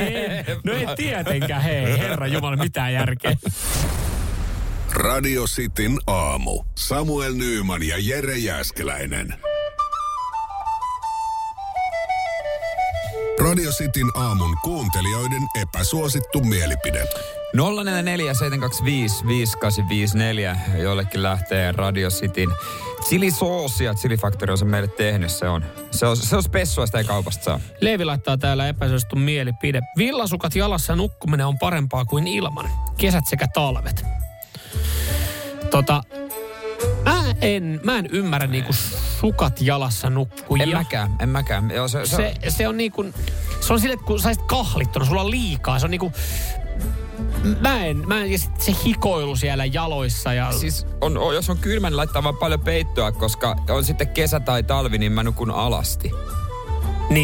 No ei tietenkään, hei, herra jumala, mitään järkeä. Radio Cityn aamu. Samuel Nyyman ja Jere Jääskeläinen. Radio Cityn aamun kuuntelijoiden epäsuosittu mielipide. nolla neljä neljä seitsemän kaksi viisi viisi kahdeksan viisi neljä. Jollekin lähtee Radio Cityn chilisoosia. Chili Factory on se meille tehnyt. Se on, se on, se on spessua, sitä ei kaupasta saa. Leevi laittaa täällä epäsuosittu mielipide. Villasukat jalassa nukkuminen on parempaa kuin ilman. Kesät sekä talvet. Tota, mä en, mä en ymmärrä niinku sukat jalassa nukkujia. En mäkään, en mäkään. Joo, se, se, se, se on niinku, se on sille, että kun saisit kahlittuna, sulla on liikaa. Se on niinku, mä en, mä en, ja sit se hikoilu siellä jaloissa. Ja... Siis on, on, jos on kylmä, niin laittaa vaan paljon peittoa, koska on sitten kesä tai talvi, niin mä nukun alasti. Niin.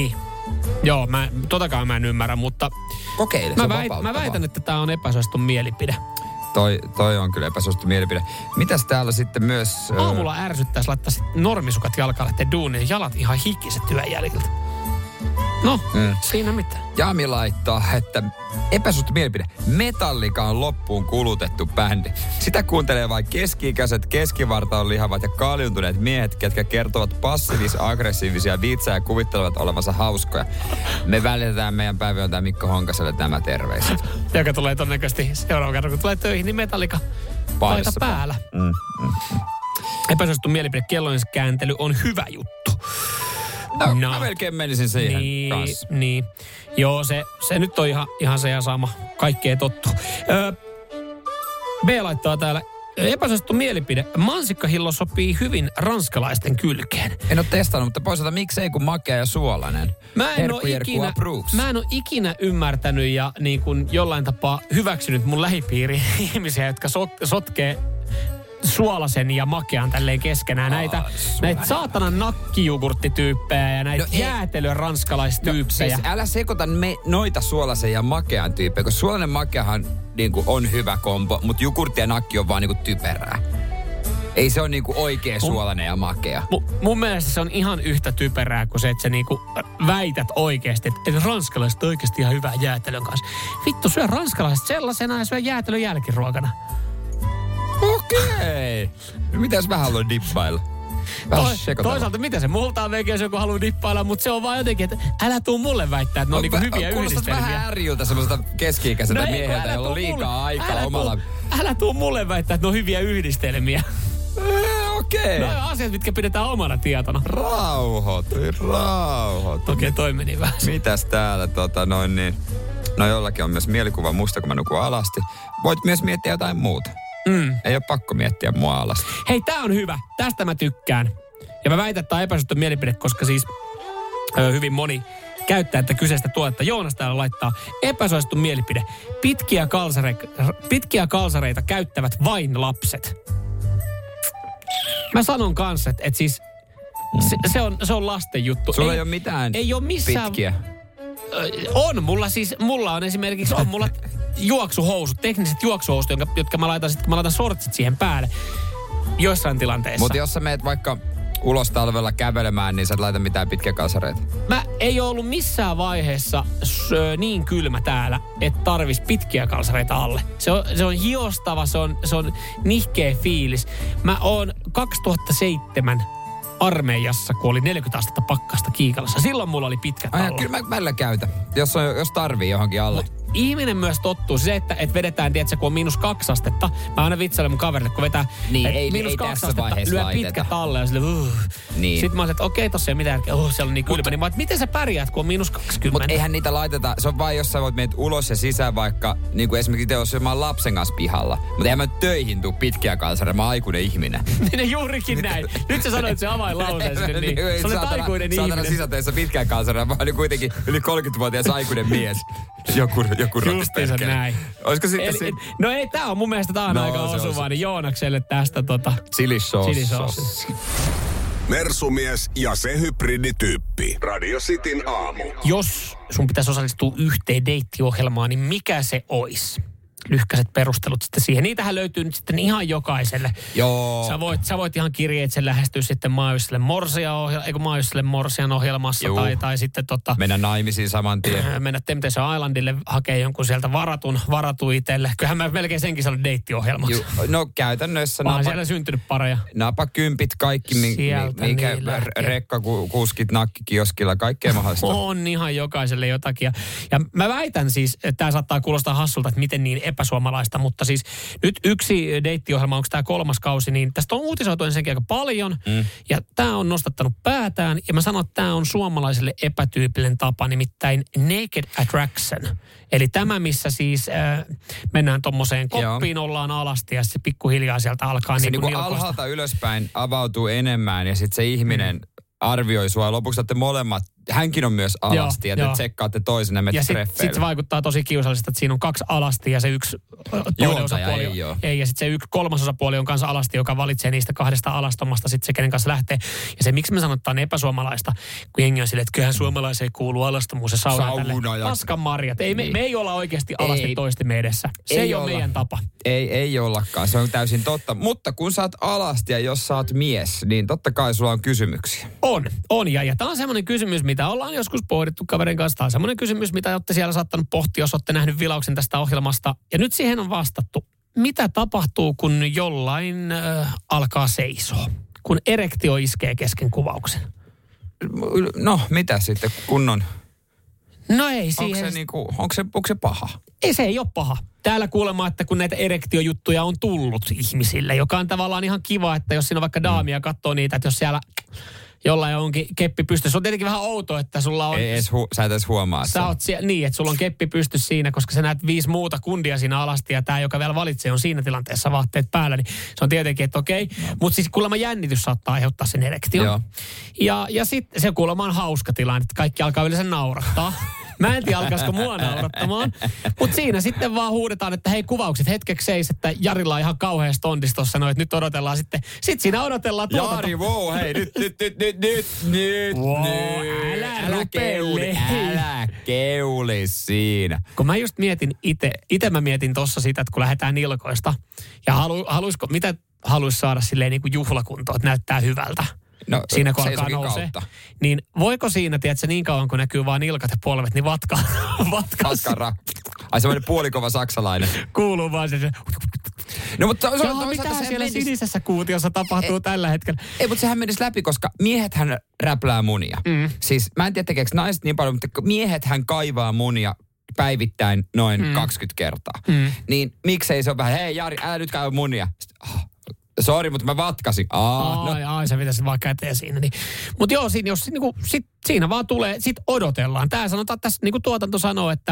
Joo, mä, totakaan mä en ymmärrä, mutta kokeile, mä, väit, mä väitän, että tää on epäsuosittu mielipide. Toi, toi on kyllä epäsuosittu mielipide. Mitäs täällä sitten myös... Aamulla öö... ärsyttäisi laittaa sit normisukat jalkaan lähteä duuniin, jalat ihan hikiset työn jäljiltä. No, mm. siinä mitä. Jami laittaa, että epäsuosittu mielipide. Metallica on loppuun kulutettu bändi. Sitä kuuntelee vain keski-ikäiset, keskivartalon lihavat ja kaljuntuneet miehet, ketkä kertovat passiivis-aggressiivisia vitsejä ja kuvittelevat olevansa hauskoja. Me välitetään meidän päiväjohtaja Mikko Honkaselle nämä terveiset. Joka tulee todennäköisesti seuraavan kerran, kun tulee töihin, niin Metallica paita päällä. Mm, mm, mm. Epäsuosittu mielipide, kellojen kääntely on hyvä juttu. No, no. Mä melkein menisin siihen niin, kanssa. Niin, joo, se, se nyt on ihan, ihan se ja sama. Kaikkea tottu. Öö, B laittaa täällä epäsuosittu mielipide. Mansikkahillo sopii hyvin ranskalaisten kylkeen. En ole testannut, mutta poisaalta miksei kun makea ja suolainen. Mä en, ole ikinä, mä en ole ikinä ymmärtänyt ja niin kuin jollain tapaa hyväksynyt mun lähipiiriin ihmisiä, jotka so, sotkee suolasen ja makean tälleen keskenään. Näitä, näitä saatanan nakkijugurttityyppejä ja näitä no jäätelön ranskalaistyyppejä. No, siis älä sekoita me, noita suolasen ja makean tyyppejä, koska suolainen makeahan niin kuin on hyvä kombo, mutta jogurtti ja nakki on vaan niin kuin typerää. Ei se ole niinku oikea suolainen ja makea. Mun, mun mielestä se on ihan yhtä typerää kuin se, että sä niinku väität oikeasti, että ranskalaiset on oikeasti ihan hyvää jäätelön kanssa. Vittu, syö ranskalaiset sellaisena ja syö jäätelön jälkiruokana. Okei. No mitä jos mä haluan dippailla? Toi, toisaalta mitä se multa on veikin, jos joku haluaa dippailla, mutta se on vaan jotenkin, että älä tuu mulle väittää, että ne on, on niinku hyviä kuulostat yhdistelmiä. Kuulostat vähän ärjyltä semmoiselta keski-ikäiseltä no mieheltä, jolla on liikaa mulle, aikaa älä omalla... Tuu, älä tuu mulle väittää, että ne on hyviä yhdistelmiä. Okei. Okay. No on asiat, mitkä pidetään omana tietona. Rauhoitui, rauhoitui. Okei, okay, toi meni vähän. Mitäs täällä tota noin niin... No jollakin on myös mielikuva musta, kun mä nukun alasti. Voit myös miettiä jotain muuta. Mm. Ei ole pakko miettiä mua alasti. Hei, tää on hyvä. Tästä mä tykkään. Ja mä väitän, että tää on epäsuosittu mielipide, koska siis ö, hyvin moni käyttää että kyseistä tuotetta. Joonas täällä laittaa epäsuosittu mielipide. Pitkiä, kalsare, pitkiä kalsareita käyttävät vain lapset. Mä sanon kanssa, että, että siis se, se, on, se on lasten juttu. Sulla ei, ei ole mitään ei ole missään, pitkiä. On, mulla siis, mulla on esimerkiksi, on mulla juoksuhousut, tekniset juoksuhousut, jotka, jotka mä laitan sitten, mä laitan sortsit siihen päälle joissain tilanteissa. Mutta jos sä meet vaikka ulos talvella kävelemään, niin sä et laita mitään pitkiä kalsareita. Mä ei ole ollut missään vaiheessa sö, niin kylmä täällä, että tarvis pitkiä kalsareita alle. Se on, se on hiostava, se on, se on nihkeä fiilis. Mä oon kaksituhattaseitsemän armeijassa, kun oli neljäkymmentä astetta pakkasta Kiikalassa. Silloin mulla oli pitkät alle. Kyllä mä välillä käytän, jos, on, jos tarvii johonkin alle. Mut ihminen myös tottuu se, että, että vedetään, tiedätkö, kun on miinus kaksi astetta. Mä aina vitsailen mun kaverille, kun vetää niin, ei, miinus ei kaksi astetta, lyö laiteta. pitkät alle ja sille, uh. Niin. Sitten mä olisin, että okei, tossa ei mitään järkeä. Oh, siellä on niin kylmä. Niin mä, että miten sä pärjäät, kun on miinus kaksikymmentä? Mutta eihän niitä laiteta. Se on vain, jos sä voit mennä ulos ja sisään vaikka, niin kuin esimerkiksi jos mä oon lapsen kanssa pihalla. Mutta eihän mä töihin tuu pitkiä kalsareita. Mä oon aikuinen ihminen. Niin juurikin näin. Nyt sä sanoit se avainlauseen sinne niin. Se oli aikuinen ihminen. Saatana sisätöissä pitkään kalsareita. Mä olin kuitenkin yli kolmekymmentävuotias aikuinen mies. Joku, joku justiinsa näin. Olisiko sitten Eli, si- no ei, tää on mun mielestä tää on no, aika osuvaa, niin Joonakselle tästä tota... Chili sauce. Chili sauce. Mersumies ja se hybridityyppi. Radio Cityn aamu. Jos sun pitäisi osallistua yhteen deittiohjelmaan, niin mikä se ois? Lyhkäiset perustelut sitten siihen. Niitähän löytyy nyt sitten ihan jokaiselle. Joo. Sä voit, sä voit ihan kirjeitse lähestyä sitten Maajuselle Morsian ohjelma, eikö Maajuselle Morsian ohjelmassa tai, tai sitten tota... Mennä naimisiin saman tien. Mennä Temptation Islandille, hakea jonkun sieltä varatun, varatu itselle. Kyllähän mä melkein senkin sanon deittiohjelmaksi. No käytännössä... Vaan siellä syntynyt pareja. Napakympit, kaikki, mi, mi, mikä niin rekkakuskit, nakkikioskilla, kaikkea mahdollista. On ihan jokaiselle jotakin. Ja, ja mä väitän siis, että tämä saattaa kuulostaa hassulta, että miten niin epäsuomalaista, mutta siis nyt yksi deittiohjelma, onko tämä kolmas kausi, niin tästä on uutisoitu ensinnäkin aika paljon, mm. ja tämä on nostattanut päätään, ja mä sanon, että tämä on suomalaiselle epätyypillinen tapa, nimittäin Naked Attraction. Eli tämä, missä siis äh, mennään tommoseen koppiin, Joo. ollaan alasti, ja se pikkuhiljaa sieltä alkaa se niin kuin niinku alhaalta ylöspäin avautuu enemmän, ja sitten se ihminen mm. arvioi sua, ja lopuksi olette molemmat hänkin on myös alasti, ja te tsekkaatte toisen ja menette treffeille. Ja sitten sit vaikuttaa tosi kiusalliselta, että siinä on kaksi alasti ja se yksi toinen osapuoli ei, ei, ja sitten se yksi kolmas osapuoli on kanssa alasti, joka valitsee niistä kahdesta alastomasta sitten se, kenen kanssa lähtee. Ja se, miksi me sanotaan epäsuomalaista, kun jengi on silleen, että kyllähän suomalaiseen kuuluu alastomuus ja sauna tälle. Paskan marjat. Ei, niin. me, me ei olla oikeasti alasti ei. toistemme edessä. Se ei, ei ole meidän tapa. Ei, ei ollakaan, se on täysin totta. Mutta kun sä oot alasti ja jos sä oot mies, niin totta kai sulla on kysymyksiä. On, on. Ja, ja tämä on semmoinen kysymys, mitä ollaan joskus pohdittu kaverin kanssa. Tämä on semmoinen kysymys, mitä olette siellä saattanut pohtia, jos olette nähnyt vilauksen tästä ohjelmasta. Ja nyt siihen on vastattu. Mitä tapahtuu, kun jollain äh, alkaa seisoa? Kun erektio iskee kesken kuvauksen? No, mitä sitten kunnon? No ei siihen. Onko se, niinku, onko se, onko se paha? Ei, se ei ole paha. Täällä kuulemma, että kun näitä erektiojuttuja on tullut ihmisille, joka on tavallaan ihan kiva, että jos siinä on vaikka daamia katsoo niitä, että jos siellä jollain onkin keppi pystyssä. Se on tietenkin vähän outo, että sulla on... Ei edes hu- sä et edes huomaa. Sä oot sie- niin, että sulla on keppi pystyssä siinä, koska sä näet viisi muuta kundia siinä alasti ja tää, joka vielä valitsee, on siinä tilanteessa vaatteet päällä. Niin se on tietenkin, että okei. No. Mutta siis kuulemma jännitys saattaa aiheuttaa sen erektion. Joo. Ja, ja sitten se kuulemma on hauska tilanne, että kaikki alkaa yleensä naurattaa. Mä en tiedä, alkaisiko mua naurattamaan. Mutta siinä sitten vaan huudetaan, että hei, kuvaukset hetkeksi seis, että Jarilla on ihan kauhean stondis tossa noin, että nyt odotellaan sitten. Sitten siinä odotellaan tuota. Jari, wow, hei, nyt, nyt, nyt, nyt, nyt, nyt, wow, nyt. Älä, älä keuli, älä keuli siinä. Kun mä just mietin itse, itse mä mietin tossa sitä, että kun lähdetään nilkoista, ja halu, haluisiko, mitä haluaisi saada silleen niin kuin juhlakuntoon, että näyttää hyvältä. No, siinä kun alkaa nousee. Niin voiko siinä, tiedätkö, niin kauan kun näkyy vaan nilkat ja polvet, niin vatkaa. vatkaa. Vatkaa. Ai semmoinen puolikova saksalainen. Kuuluu vaan se. No mutta to, Joo, mitä siellä menis... sinisessä kuutiossa tapahtuu ei, tällä hetkellä? Ei, mutta sehän menisi läpi, koska miehethän räplää munia. Mm. Siis mä en tiedä tekeekö naiset niin paljon, mutta miehethän kaivaa munia päivittäin noin mm. kaksikymmentä kertaa. Mm. Niin miksei se ole vähän, hei Jari, älä nyt kaivaa munia. Sitten, oh. Sori, mutta mä vatkasin. Aa, ai, no. ai, se pitäisi vaan käteen siinä. Niin. Mutta joo, siinä, jos, niin kuin, sit, siinä vaan tulee, sit odotellaan. Tää sanotaan tässä, niin kuin tuotanto sanoo, että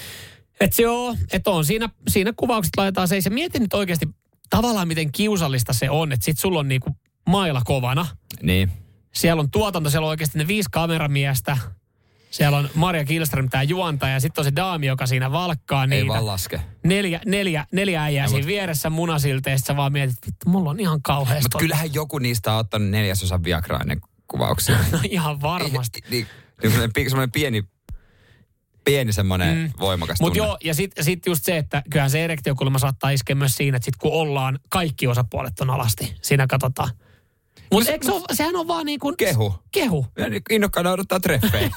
et joo, että on siinä, siinä kuvaukset laitetaan seis. Ja mietin nyt oikeasti tavallaan, miten kiusallista se on, että sit sulla on niin kuin maila kovana. Niin. Siellä on tuotanto, siellä on oikeasti ne viisi kameramiestä. Siellä on Maria Kihlström, tämä juontaja, ja sitten on se daami, joka siinä valkkaa niitä. Ei vaan laske. Neljä, neljä, neljä äijää ja siinä mut... vieressä munasilteistä, vaan mietit, vittu, mulla on ihan kauheasti. Mutta kyllähän joku niistä on ottanut neljäsosan Viagraa ennen kuvauksia. No ihan varmasti. Niin, niin, semmoinen pieni, pieni semmoinen mm. voimakas tunne. Mutta joo, ja sitten sit just se, että kyllähän se erektiokulma saattaa iskeä myös siinä, että sit kun ollaan, kaikki osapuolet on alasti. Siinä katsotaan. Mutta eikö se ole, sehän on vaan niin kuin... Kehu. Kehu. Innokkaana odottaa treffejä.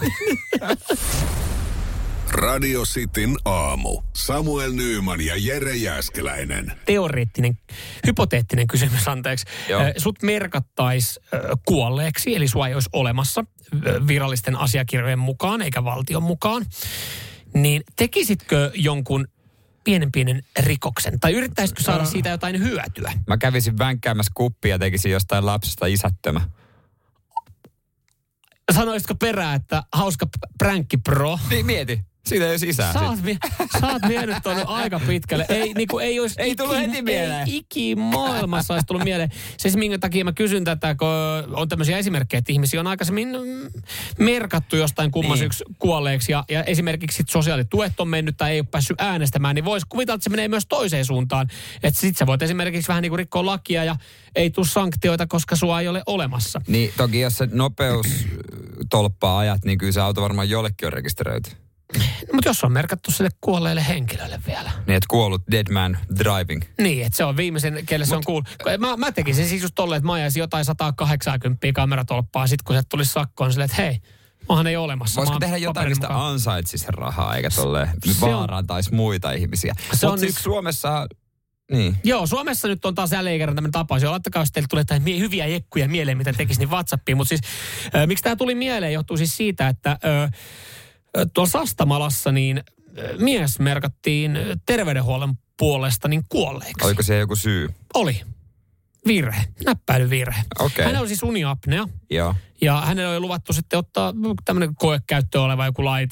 Radio Cityn aamu. Samuel Nyyman ja Jere Jääskeläinen. Teoreettinen, hypoteettinen kysymys, anteeksi. Joo. Sut merkattaisi kuolleeksi, eli sua ei olisi olemassa virallisten asiakirjojen mukaan, eikä valtion mukaan. Niin tekisitkö jonkun pienen pienen rikoksen? Tai yrittäisitkö saada siitä jotain hyötyä? Mä kävisin vänkkäämässä kuppia ja tekisin jostain lapsesta isättömä. Sanoisitko perään, että hauska pränkki, bro? Niin, mieti. Siitä ei olisi isää. Sä oot, mie- sä oot vienyt tuonne aika pitkälle. Ei, niinku, ei, olisi ei tullut heti mieleen. Ei iki maailmassa olisi tullut mieleen. Se minkä takia mä kysyn tätä, kun on tämmöisiä esimerkkejä, että ihmisiä on aikaisemmin merkattu jostain kummasyksi niin. kuolleeksi. Ja, ja esimerkiksi sit sosiaalituet on mennyt tai ei ole päässyt äänestämään, niin voisi kuvitella, että se menee myös toiseen suuntaan. Että sit sä voit esimerkiksi vähän niin kuin rikkoa lakia ja ei tule sanktioita, koska sua ei ole olemassa. Niin, toki jos se nopeustolppaa ajat, niin kyllä se auto varmaan jollekin on rekisteröity. No, mutta jos on merkattu sille kuolleelle henkilölle vielä. Niin, että kuollut dead man driving. Niin, että se on viimeisen, kelle se Mut, on kuullut. Mä, mä tekisin siis just tolleen, että mä ajaisin jotain sata kahdeksankymmentä kameratolppaa, sit kun se tulisi sakkoon silleen, että hei, maahan ei ole olemassa. Voisiko tehdä jotain, mistä ansaitsisi rahaa, eikä tolleen vaarantaisi muita ihmisiä. Se Mut on siis yksi... Suomessa... Niin. Joo, Suomessa nyt on taas jälleen kerran tämmöinen tapaus. Joo, laittakaa, jos teille tulee jotain hyviä jekkuja mieleen, mitä tekisi, niin WhatsAppiin. Mutta siis, äh, miksi tämä tuli mieleen, johtuu siis siitä, että... Äh, Tuolla Sastamalassa niin mies merkattiin terveydenhuollon puolesta niin kuolleeksi. Oliko siellä joku syy? Oli. Virhe. Näppäilyvirhe. Okay. Hänellä oli siis uniapnea. Joo. Ja hänelle oli luvattu sitten ottaa tämmöinen koekäyttöön oleva joku laite. Ja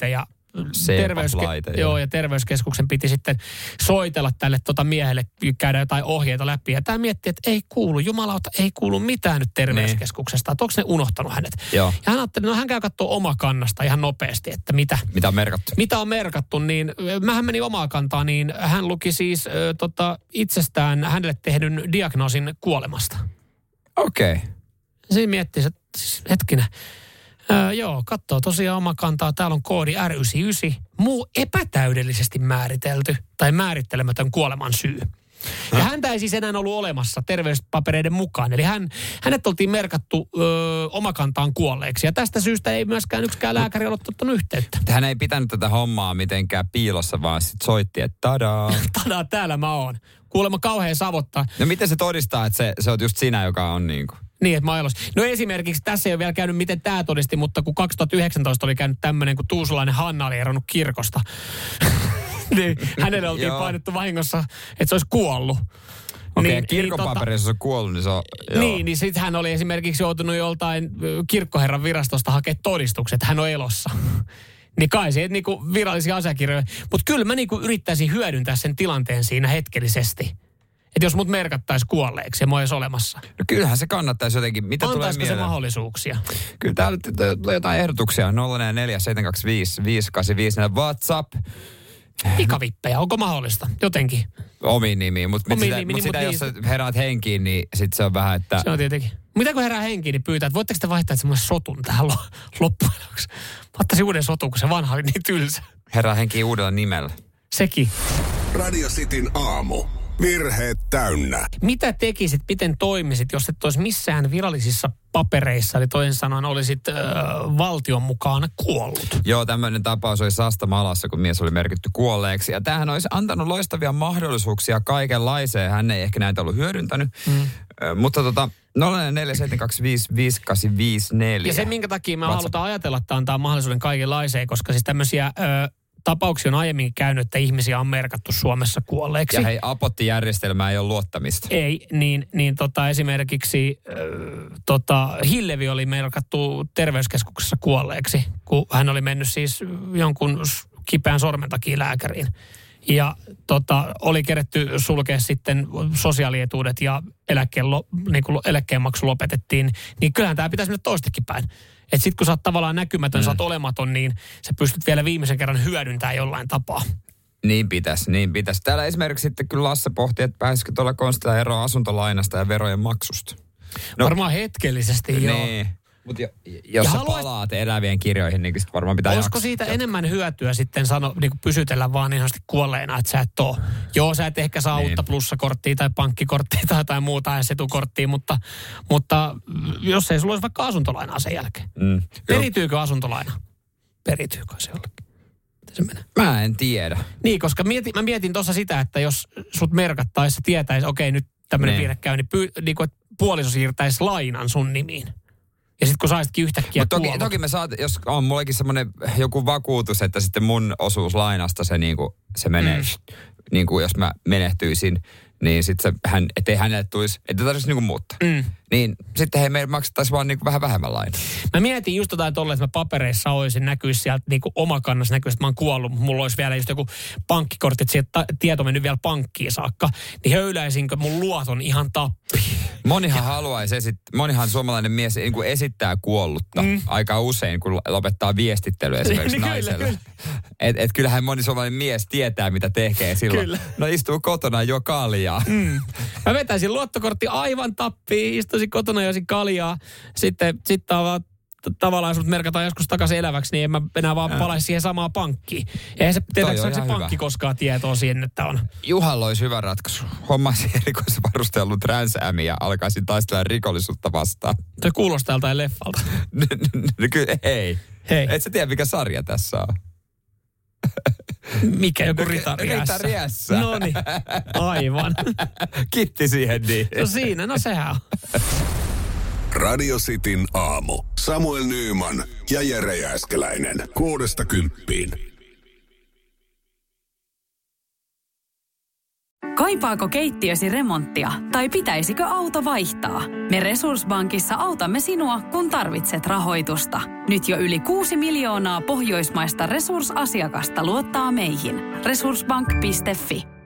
terveyske- joo, ja terveyskeskuksen piti sitten soitella tälle tota miehelle, käydä jotain ohjeita läpi. Ja tämä mietti, että ei kuulu, jumalauta, ei kuulu mitään nyt terveyskeskuksesta. Että onko ne unohtanut hänet? Joo. Ja hän ajatteli, no hän käy katsoa Omakannasta ihan nopeasti, että mitä. Mitä on merkattu? Mitä on merkattu, niin mähän menin Omakantaan, niin hän luki siis äh, tota, itsestään hänelle tehdyn diagnoosin kuolemasta. Okei. Okay. Siinä miettii, että siis, hetkinen. Öö, joo, katsoo tosiaan Omakantaa. Täällä on koodi R yhdeksänkymmentäyhdeksän. Muu epätäydellisesti määritelty tai määrittelemätön kuoleman syy. Ja häntä ei siis enää ollut olemassa terveyspapereiden mukaan. Eli hän, hänet oltiin merkattu öö, Omakantaan kuolleeksi. Ja tästä syystä ei myöskään yksikään lääkäri ollut ottanut yhteyttä. Hän ei pitänyt tätä hommaa mitenkään piilossa, vaan sitten soitti, että tadaa. Tadaa, täällä mä oon. Kuulemma kauhean savottaa. No miten se todistaa, että se, se on just sinä, joka on niin kuin... Niin, että mä elos. No esimerkiksi tässä ei ole vielä käynyt, miten tämä todisti, mutta kun kaksituhattayhdeksäntoista oli käynyt tämmöinen, kun tuusulainen Hanna oli eronnut kirkosta. Niin hänelle oltiin painettu vahingossa, että se olisi kuollut. Okei, okay, kirkon niin, paperissa tota, on kuollut, niin se on... Joo. Niin, niin sitten hän oli esimerkiksi joutunut joltain kirkkoherran virastosta hakemaan todistukset, että hän on elossa. Niin kai se, että niinku virallisia asiakirjoja. Mutta kyllä mä niinku yrittäisin hyödyntää sen tilanteen siinä hetkellisesti. Että jos mut merkattaisi kuolleeksi ja mä olisi olemassa. No kyllähän se kannattaisi jotenkin. Mitä tulee antaisiko mieleen? Se mahdollisuuksia? Kyllä täällä tulee jotain ehdotuksia. nolla neljä seitsemän kaksi viisi viisi kahdeksan viisi WhatsApp. Pikavippejä, onko mahdollista? Jotenkin. Omiin nimiin, mutta mit sitä, nimi, mut niin, sitä mut jos niin, sä heräät henkiin, niin sit se on vähän, että... Se on tietenkin. Mitä kun herää henkiin, niin pyytää, että voitteko te vaihtaa semmoinen sotun tähän loppujen lopuksi? Mä ottaisin uuden sotun, kun se vanha oli niin tylsä. Herää henkiin uudella nimellä. Sekin. Radio Cityn aamu. Virheet täynnä. Mitä tekisit, miten toimisit, jos et olisi missään virallisissa papereissa, eli toisin sanoen olisit äh, valtion mukaan kuollut? Joo, tämmöinen tapaus oli Sastamalassa, kun mies oli merkitty kuolleeksi. Ja tämähän olisi antanut loistavia mahdollisuuksia kaikenlaiseen. Hän ei ehkä näitä ollut hyödyntänyt. Mm. Äh, mutta tota, nolla neljä seitsemän kaksi viisi viisi kahdeksan viisi neljä. Ja se, minkä takia me WhatsApp. halutaan ajatella, että antaa mahdollisuuden kaikenlaiseen, koska siis tämmöisiä... Äh, tapauksia on aiemmin käynyt, että ihmisiä on merkattu Suomessa kuolleeksi. Ja hei, apottijärjestelmää ei ole luottamista. Ei, niin, niin tota, esimerkiksi äh, tota, Hillevi oli merkattu terveyskeskuksessa kuolleeksi, kun hän oli mennyt siis jonkun kipeän sormen takia lääkäriin. Ja tota, oli keretty sulkea sitten sosiaalietuudet ja eläkkeen, lo, niin kuin eläkkeenmaksu lopetettiin. Niin kyllähän tämä pitäisi mennä toistakin päin. Että sit kun sä oot tavallaan näkymätön, mm. sä oot olematon, niin sä pystyt vielä viimeisen kerran hyödyntämään jollain tapaa. Niin pitäisi, niin pitäisi. Täällä esimerkiksi sitten kyllä Lasse pohti, että pääsisikö tuolla konstilla eroa asuntolainasta ja verojen maksusta. No, varmaan hetkellisesti, niin. joo. Mutta jo, jos ja sä haluais... palaat elävien kirjoihin, niin sitten varmaan pitää olisiko jaksa. siitä jatkaa. Enemmän hyötyä sitten sano, niin kuin pysytellä vaan ihan kuolleena, että sä et ole. Joo, sä et ehkä saa niin. uutta plussakorttia tai pankkikorttia tai jotain muuta ja setukorttia, mutta, mutta jos ei sulla olisi vaikka asuntolainaa sen jälkeen. Mm, Perityykö asuntolaina? Perityykö se jollekin? Miten se menee? Mä en tiedä. Niin, koska mietin, mä mietin tuossa sitä, että jos sut merkattaisi, sä tietäisi, okei nyt tämmöinen niin. virhe käy, niin, pyy, niin kuin, että puoliso siirtäisi lainan sun nimiin. Ja sitten kun saisitkin yhtäkkiä toki, kuollut. toki me saat, jos on mullekin semmoinen joku vakuutus, että sitten mun osuus lainasta se niinku, se menee, mm. niinku jos mä menehtyisin, niin sitten se, hän, ettei hänelle tulisi, ettei tarvitsisi niinku muuttaa. Mm. Niin sitten hei, meillä maksettaisiin vaan niinku vähän vähemmän lainaa. Mä mietin just jotain tolle, että mä papereissa olisin, näkyisi sieltä niinku Omakannassa, näkyisi, että mä oon kuollut, mutta mulla olisi vielä just joku pankkikortti, että sieltä tieto mennyt vielä pankkiin saakka. Niin höyläisinkö mun luoton ihan tappiin? Monihan haluaisi esittää, monihan suomalainen mies niin kuin esittää kuollutta mm. aika usein, kun lopettaa viestittelyä esimerkiksi kyllä, naiselle. Kyllä. Et, et kyllähän moni suomalainen mies tietää, mitä tekee silloin. Kyllä. No istuu kotona jo kaljaa. Mm. Mä vetäisin luottokortti aivan tappiin, istuisin kotona joisin kaljaa. Sitten, sitten vaan tavallaan sut merkataan joskus takaisin eläväksi, niin en mä enää vaan palaisi siihen samaan pankkiin. Eihän se, tietääkö se pankki hyvä. Koskaan tietoa siihen, että on. Juhalla olisi hyvä ratkaisu. Hommaisin erikoisvarustellut ränsäämiä ja alkaisin taistella rikollisuutta vastaan. Toi kuulostaa joltain leffalta. Kyllä, hei. Hei. Et sä tiedä, mikä sarja tässä on? Mikä joku ritariässä? Ritariässä. No niin, aivan. Kitti siihen niin. No siinä, no sehän on. Radio Cityn aamu. Samuel Nyyman ja Jere Jääskeläinen. Kuudesta kymppiin. Kaipaako keittiösi remonttia tai pitäisikö auto vaihtaa? Me Resurssbankissa autamme sinua, kun tarvitset rahoitusta. Nyt jo yli kuusi miljoonaa pohjoismaista resursasiakasta luottaa meihin. resurssbank piste fi